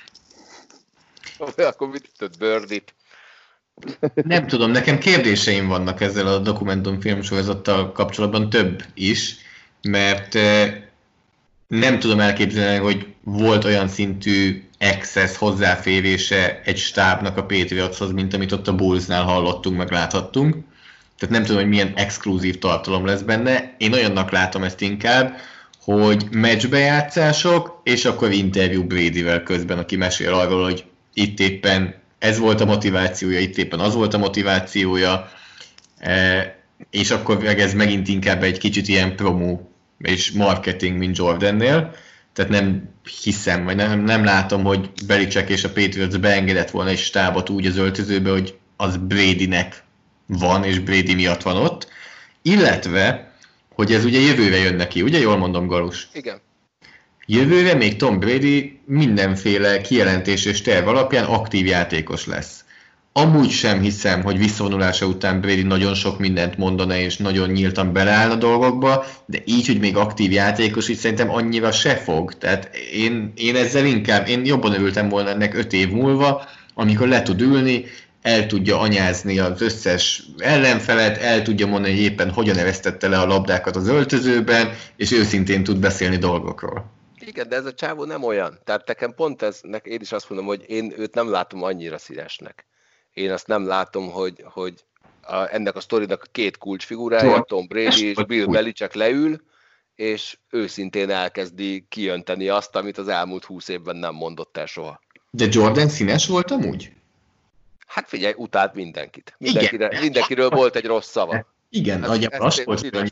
Akkor mit tett Birdit? Nem tudom, nekem kérdéseim vannak ezzel a dokumentumfilm sorozattal kapcsolatban, több is, mert nem tudom elképzelni, hogy volt olyan szintű access, hozzáférése egy stábnak a Patriotshoz, mint amit ott a Bullsnál hallottunk, meg láthattunk. Tehát nem tudom, hogy milyen exkluzív tartalom lesz benne. Én olyannak látom ezt inkább, hogy meccsbejátszások, és akkor interjú Bradyvel közben, aki mesél arról, hogy itt éppen ez volt a motivációja, itt éppen az volt a motivációja, és akkor ez megint inkább egy kicsit ilyen promo és marketing, mint Jordannél. Tehát nem hiszem, vagy nem látom, hogy Belichick és a Patriots beengedett volna egy stábot úgy az öltözőbe, hogy az Bradynek van, és Brady miatt van ott. Illetve, hogy ez ugye jövőre jön neki, ugye jól mondom, Galus? Igen. Jövőre még Tom Brady mindenféle kijelentés és terv alapján aktív játékos lesz. Amúgy sem hiszem, hogy visszavonulása után Brady nagyon sok mindent mondana és nagyon nyíltan beleállna dolgokba, de így, hogy még aktív játékos, így szerintem annyira se fog. Tehát én ezzel én jobban örültem volna ennek 5 év múlva, amikor le tud ülni, el tudja anyázni az összes ellenfelet, el tudja mondani, hogy éppen hogyan eresztette le a labdákat az öltözőben, és őszintén tud beszélni dolgokról. Igen, de ez a csávó nem olyan. Tehát nekem pont én is azt mondom, hogy én őt nem látom annyira színesnek. Én azt nem látom, hogy ennek a sztorinak a 2 kulcsfigurája, Tom Brady és Bill Belichick leül, és őszintén elkezdi kijönteni azt, amit az elmúlt 20 évben nem mondott el soha. De Jordan színes volt amúgy? Hát figyelj, utált mindenkit. Mindenkiről volt egy rossz szava. Igen, nagyjából azt volt, hogy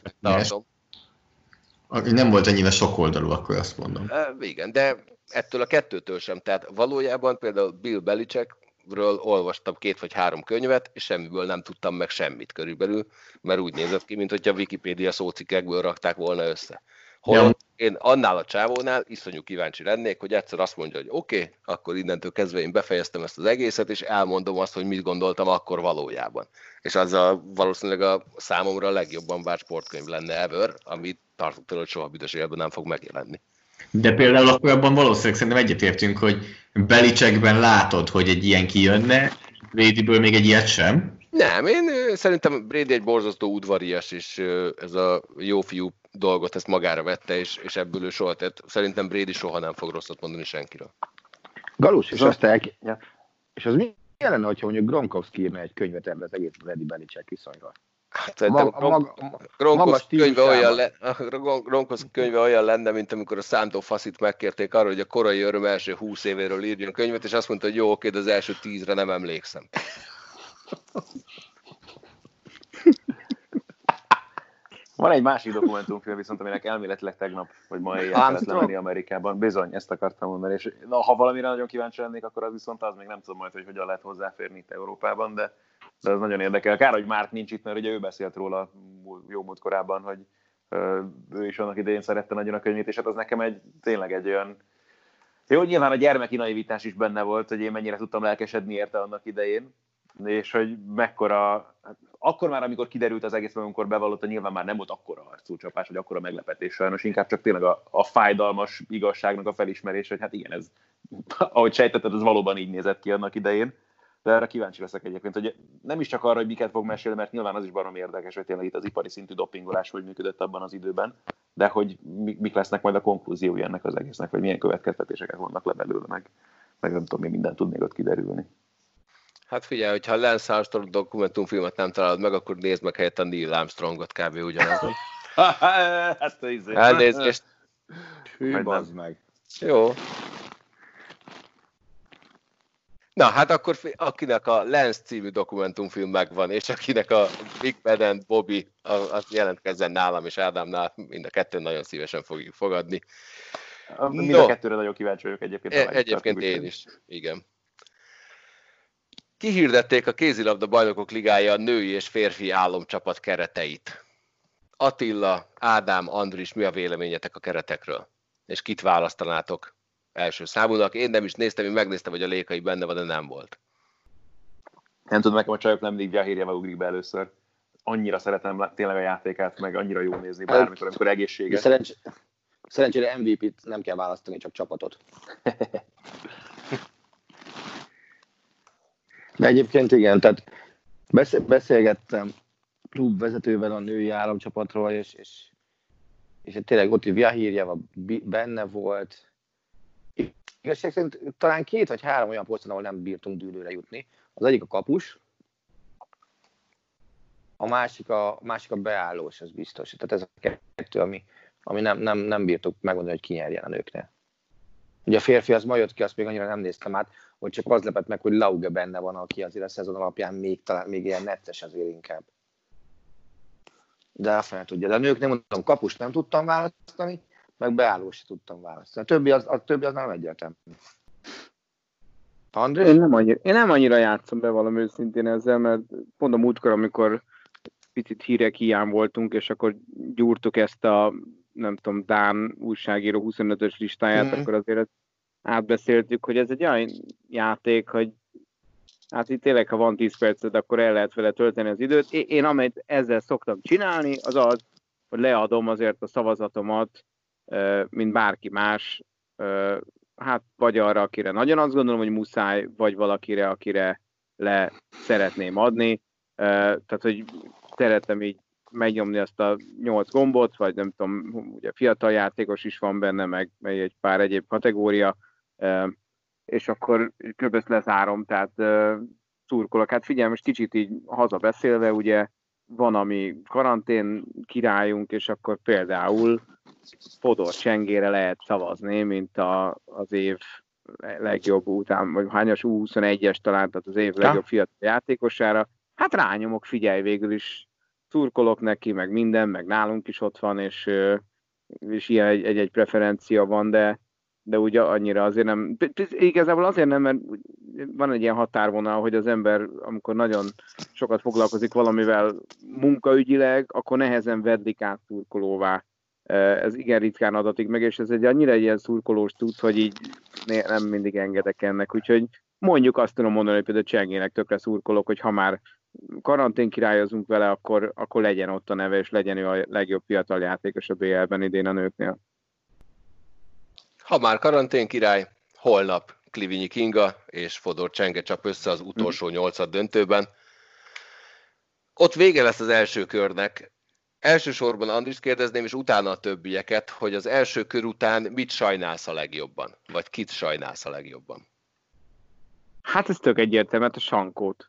nem volt annyira sokoldalú, akkor azt mondom. Igen, de ettől a 2-től sem. Tehát valójában például Bill Belichickről olvastam 2 vagy 3 könyvet, és semmiből nem tudtam meg semmit körülbelül, mert úgy nézett ki, mint hogyha a Wikipédia szócikkekből rakták volna össze. Holott én annál a csávónál iszonyú kíváncsi lennék, hogy egyszer azt mondja, hogy oké, akkor innentől kezdve én befejeztem ezt az egészet, és elmondom azt, hogy mit gondoltam akkor valójában. És az valószínűleg a számomra a legjobban várt sportkönyv lenne ever, amit tartok tőle, hogy soha büdös életben nem fog megjelenni. De például akkor abban valószínűleg szerintem egyetértünk, hogy Belicsekben látod, hogy egy ilyen kijönne, Bradyből még egy ilyet sem. Nem, én szerintem Brady egy borzasztó udvarias, és ez a jó fiú dolgot ezt magára vette, és ebből ő soha tett. Szerintem Brady soha nem fog rosszat mondani senkiről. Galus, és az mi lenne, hogyha mondjuk Gronkowski írna egy könyvet ebben az egész Brady Belichick viszonyról? Hát szerintem Gronkowski könyve olyan lenne, mint amikor a szántófaszit megkérték arra, hogy a korai öröm első 20 évéről írjon könyvet, és azt mondta, hogy jó, oké, de az első 10-re nem emlékszem. Van egy másik dokumentumfilm viszont, aminek elméletileg tegnap, vagy ma éjjel kellett lemenni Amerikában. Bizony, ezt akartam mondani. És ha valamire nagyon kíváncsi lennék, akkor az viszont az még nem tudom majd, hogy hogyan lehet hozzáférni itt Európában, de ez nagyon érdekel. Kár, hogy Márk nincs itt, mert ugye ő beszélt róla jó múlt korábban, hogy ő is annak idején szerette nagyon a könyvét, és hát az nekem tényleg egy olyan... Jó, nyilván a gyermeki naivitás is benne volt, hogy én mennyire tudtam lelkesedni érte annak idején, és hogy mekkora, akkor már, amikor kiderült az egész, amikor bevallotta, nyilván már nem volt akkora arcúcsapás, vagy akkora meglepetés sajnos, inkább csak tényleg a fájdalmas igazságnak a felismerés, hogy hát igen, ez, ahogy sejtetted, ez valóban így nézett ki annak idején, de erre kíváncsi leszek egyébként, hogy nem is csak arra, hogy miket fog mesélni, mert nyilván az is baromi érdekes, hogy tényleg itt az ipari szintű dopingolás hogy működött abban az időben, de hogy mik lesznek majd a konklúziói ennek az egésznek, vagy milyen következtetéseket vonnak le belőle, meg nem tudom, mi mindent tud még ott kiderülni. Hát figyelj, hogyha a Lance Armstrong dokumentumfilmet nem találod meg, akkor nézd meg helyett a Neil Armstrongot, kb. Ugyanaz. Hát elnézést. Hű, bazd meg. Jó. Na, hát akkor akinek a Lance című dokumentumfilm megvan, és akinek a Big Bad and Bobby, az jelentkezzen nálam és Ádámnál, mind a kettőn nagyon szívesen fogjuk fogadni. Mind a kettőre nagyon kíváncsi vagyok egyébként. Egyébként én is, igen. Kihirdették a kézilabda bajnokok ligája a női és férfi álomcsapat kereteit. Attila, Ádám, Andris, mi a véleményetek a keretekről? És kit választanátok első számúnak? Én nem is néztem, én megnéztem, hogy a Lékai benne van, de nem volt. Nem tudom, nekem a csajok nem mindig Jahirjeva ugrik be először. Annyira szeretem tényleg a játékát, meg annyira jó nézni bármikor, amikor egészséges. Szerencsére MVP-t nem kell választani, csak csapatot. De egyébként igen, tehát beszélgettem klubvezetővel a női államcsapatról, és tényleg ott Jahirjeva benne volt. Igazság szerint talán 2 vagy 3 olyan poszton, ahol nem bírtunk dűlőre jutni. Az egyik a kapus, a másik a beállós, az biztos. Tehát ez a 2, ami nem bírtuk megmondani, hogy ki nyerjen a nőknél. Ugye a férfi az ma jött ki, azt még annyira nem néztem át, hogy csak az lepett meg, hogy Lauge benne van, aki azért a szezon alapján még ilyen necces azért inkább. De fel tudja. De a nők nem mondtam, kapust nem tudtam választani, meg beállós sem tudtam választani. A többi az nem egyértelmű. Andrés? Én nem annyira játszom be valami őszintén ezzel, mert pont a múltkor, amikor picit hírek hiány voltunk, és akkor gyúrtuk ezt a nem tudom, Dán újságíró 25-ös listáját, akkor azért átbeszéltük, hogy ez egy olyan játék, hogy hát itt tényleg, ha van 10 percet, akkor el lehet vele tölteni az időt. Én amit ezzel szoktam csinálni, az az, hogy leadom azért a szavazatomat, mint bárki más, hát vagy arra, akire nagyon azt gondolom, hogy muszáj, vagy valakire, akire le szeretném adni. Tehát, hogy szeretem így megnyomni azt a 8 gombot, vagy nem tudom, ugye fiatal játékos is van benne, meg egy pár egyéb kategória, és akkor kb. Lezárom, tehát szurkolok. Hát figyelj, most kicsit így hazabeszélve, ugye van, ami karantén királyunk, és akkor például Fodor Csengére lehet szavazni, mint az év legjobb után, vagy hányas U21-es talán, tehát az év legjobb fiatal játékosára. Hát rányomok, figyelj, végül is szurkolok neki, meg minden, meg nálunk is ott van, és ilyen egy preferencia van, de ugye annyira azért nem, igazából azért nem, mert van egy ilyen határvonal, hogy az ember, amikor nagyon sokat foglalkozik valamivel munkaügyileg, akkor nehezen vedlik át szurkolóvá Ez igen ritkán adatik meg, és ez egy annyira egy ilyen szurkolós cucc, hogy így nem mindig engedek ennek, úgyhogy mondjuk azt tudom mondani, hogy például Csengének tökre szurkolok, hogy ha már karantén királyozunk vele, akkor legyen ott a neve, és legyen ő a legjobb fiatal játékos a BL-ben idén a nőknél. Ha már karantén király, holnap Klivinyi Kinga és Fodor Csenge csap össze az utolsó 8. döntőben. Ott vége lesz az első körnek. Elsősorban Andrist kérdezném, és utána a többieket, hogy az első kör után mit sajnálsz a legjobban? Vagy kit sajnálsz a legjobban? Hát ez tök egyértelmű, a Sankót.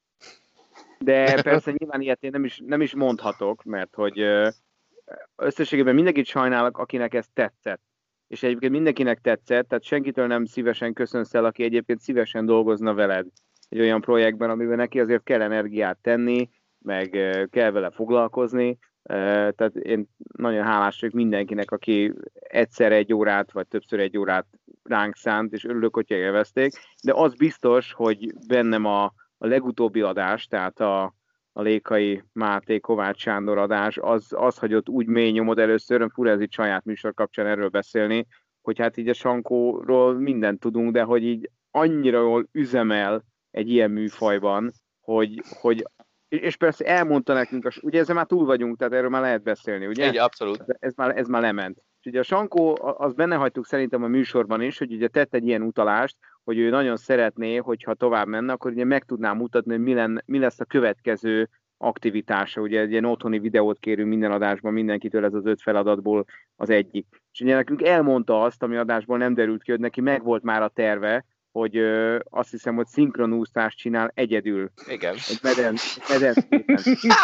De persze nyilván ilyet én nem is mondhatok, mert hogy összességében mindenkit sajnálok, akinek ez tetszett. És egyébként mindenkinek tetszett, tehát senkitől nem szívesen köszönsz el, aki egyébként szívesen dolgozna veled egy olyan projektben, amiben neki azért kell energiát tenni, meg kell vele foglalkozni. Tehát én nagyon hálás vagyok mindenkinek, aki egyszer 1 órát, vagy többször 1 órát ránk szánt, és örülök, hogy élvezték. De az biztos, hogy bennem a legutóbbi adás, tehát a Lékai Máté, Kovács Sándor adás, az hagyott úgy mély nyomod először, fura ez itt saját műsor kapcsán erről beszélni, hogy hát így a Sankóról mindent tudunk, de hogy így annyira jól üzemel egy ilyen műfajban, hogy és persze elmondta nekünk, ugye ezzel már túl vagyunk, tehát erről már lehet beszélni, ugye? Igen, abszolút. Ez már lement. És ugye a Sankó, azt benne hagytuk szerintem a műsorban is, hogy ugye tett egy ilyen utalást, hogy ő nagyon szeretné, hogyha tovább menne, akkor ugye meg tudná mutatni, hogy mi lesz a következő aktivitása. Ugye egy ilyen otthoni videót kérünk minden adásban mindenkitől, ez az 5 feladatból az egyik. És ugye nekünk elmondta azt, ami adásból nem derült ki, hogy neki megvolt már a terve, hogy azt hiszem, hogy szinkronúszást csinál egyedül. Igen. Egy medencében.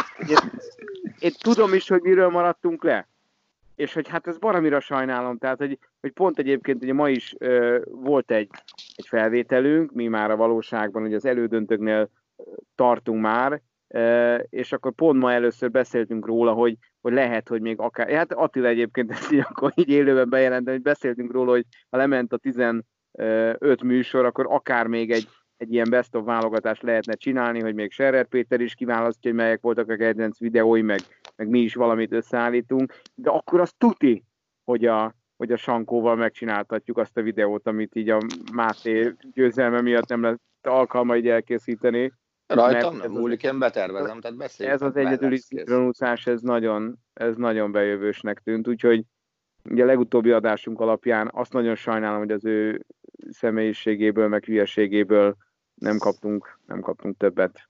Én tudom is, hogy miről maradtunk le. És hogy hát ez baromira sajnálom, tehát hogy pont egyébként ugye ma is volt egy felvételünk, mi már a valóságban ugye az elődöntőknél tartunk már, és akkor pont ma először beszéltünk róla, hogy lehet, hogy még akár, hát Attila egyébként ezt így akkor így élőben bejelentem, hogy beszéltünk róla, hogy ha lement a 15 műsor, akkor akár még egy ilyen best of válogatást lehetne csinálni, hogy még Scherer Péter is kiválasztja, hogy melyek voltak a kedvenc videói, meg mi is valamit összeállítunk, de akkor az tuti, hogy a Sankóval megcsináltatjuk azt a videót, amit így a Máté győzelme miatt nem lett alkalma így elkészíteni. Rajtam nem múlik, én betervezem, tehát beszéljük. Ez az egyedüli szinkronúszás, ez nagyon bejövősnek tűnt, úgyhogy ugye a legutóbbi adásunk alapján azt nagyon sajnálom, hogy az ő személyiségéből, meg hülyeségéből nem kaptunk többet.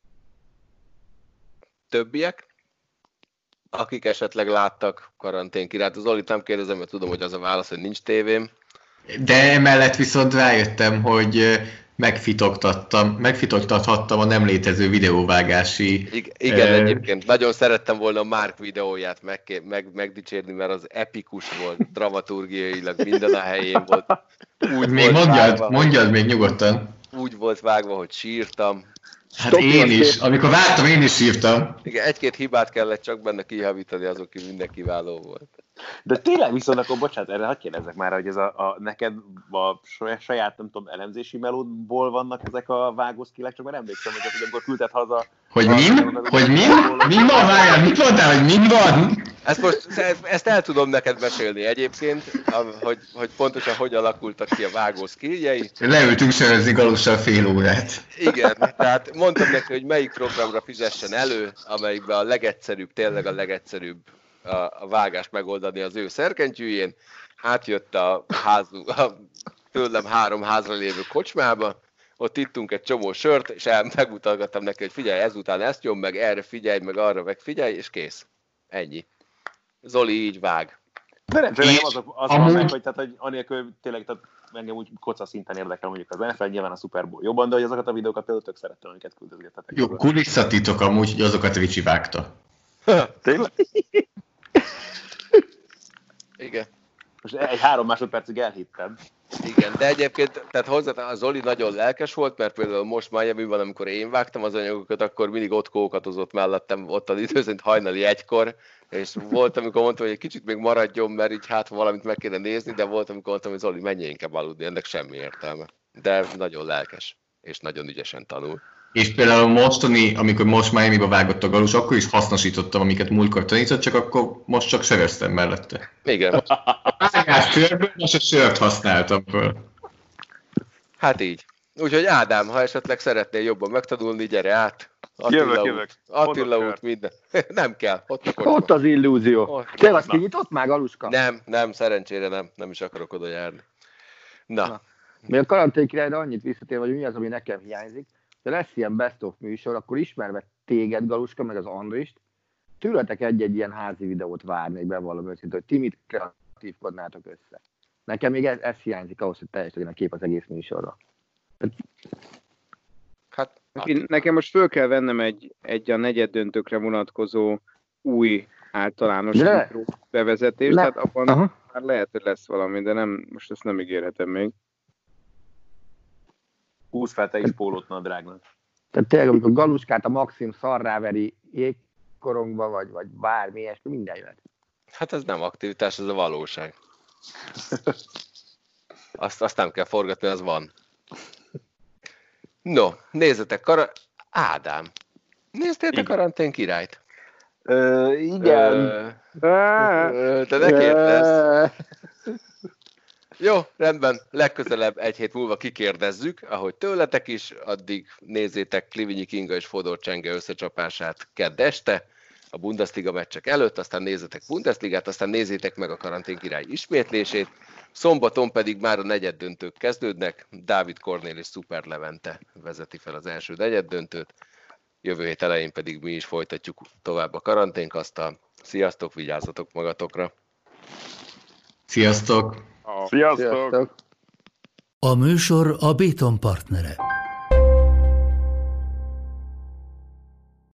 Többiek? Akik esetleg láttak karantén királyt, az Zolit nem kérdezem, mert tudom, hogy az a válasz, hogy nincs tévém. De emellett viszont rájöttem, hogy megfitoktathattam a nem létező videóvágási... Igen, egyébként nagyon szerettem volna a Mark videóját megdicsérni, mert az epikus volt, dramaturgiailag minden a helyén volt. Mondjad még nyugodtan. Úgy volt vágva, hogy sírtam. Hát én is, amikor vártam, én is sírtam. Igen, 1-2 hibát kellett csak benne kijavítani, azok minden kiváló volt. De tényleg viszont akkor, bocsánat, erre hadd kérdezzek már, hogy ez neked a saját, nem tudom, elemzési melódból vannak ezek a vágószkillek, csak már emlékszem, hogy amikor küldted haza... Hogy mi van, várjál, mit mondtál, hogy mi van? Ezt el tudom neked mesélni egyébként, hogy pontosan hogy alakultak ki a vágószkilljei. Leültünk sörözni Galussal fél órát. Igen, tehát mondtam neki, hogy melyik programra fizessen elő, amelyikben a legegyszerűbb, tényleg a legegyszerűbb a vágást megoldani az ő szerkentyűjén. Hát jött a tőlem 3 házra lévő kocsmába, ott ittunk egy csomó sört, és megmutatgattam neki, hogy figyelj, ezután ezt nyom, meg erre figyelj, meg arra meg figyelj, és kész. Ennyi. Zoli így vág. De nem csak nekem az van meg, hogy anélkül tényleg, tehát engem úgy koca szinten érdekel mondjuk az NFL, nyilván a Super Bowl jobban, de hogy azokat a videókat például tök szerettem, amiket küldözgetetek. Jó, kulisszatitok amúgy, hogy azokat Ricsi vágta. Tényleg? Igen. Most egy 3 másodpercig elhittem. Igen, de egyébként, tehát hozzá a Zoli nagyon lelkes volt, mert például most Miamiban, amikor én vágtam az anyagokat, akkor mindig ott kókatozott mellettem, ottan időzőnt hajnali 1-kor, és volt, amikor mondtam, hogy egy kicsit még maradjon, mert így hát valamit meg kéne nézni, de volt, amikor mondtam, hogy Zoli, menjél inkább aludni, ennek semmi értelme. De nagyon lelkes, és nagyon ügyesen tanul. És például mostani, amikor most Miami-ba vágott a Galus, akkor is hasznosítottam, amiket múltkor tanított, csak akkor most csak söröztem mellette. Igen. A vágás körből, most a sört használtam föl. Hát így. Úgyhogy Ádám, ha esetleg szeretnél jobban megtanulni, gyere át. Jövök. Attila út, minden. Nem kell. Ott az illúzió. Te azt kinyitott már, Galuska? Nem, szerencsére nem is akarok oda járni. Na. Mi a karantén királyra annyit visszatérve, hogy mi az, ami nekem hiányzik. Ha lesz ilyen best of műsor, akkor ismerve téged, Galuska, meg az Andrist, tőletek egy-egy ilyen házi videót várni, hogy bevallom őszintén, hogy ti mit kreatívkodnátok össze. Nekem még ez hiányzik ahhoz, hogy teljes legyen a kép az egész műsorra. Hát, Nekem most föl kell vennem egy a negyeddöntőkre vonatkozó új általános bevezetést, tehát abban már lehet, hogy lesz valami, de nem, most ezt nem ígérhetem még. Húz fel te is pólót nadrágnak. Tehát tényleg, amikor Galuskát a Maxim szarráveri jégkorongba, vagy bármi ilyesmi, minden jöhet. Hát ez nem aktivitás, ez a valóság. Azt nem kell forgatni, az van. No, nézzetek, Ádám, néztétek Karantén királyt? Igen. Te ne kérdezz. Jó, rendben, legközelebb egy hét múlva kikérdezzük, ahogy tőletek is, addig nézzétek Klivinyi Kinga és Fodor Csenge összecsapását kedd este, a Bundesliga meccsek előtt, aztán nézzetek Bundesligát, aztán nézzétek meg a Karantén király ismétlését, szombaton pedig már a negyeddöntők kezdődnek, Dávid Kornél és Szuper Levente vezeti fel az első negyeddöntőt, jövő hét elején pedig mi is folytatjuk tovább a karanténkasztal. Sziasztok, vigyázzatok magatokra! Sziasztok! Sziasztok! A műsor a Béton partnere.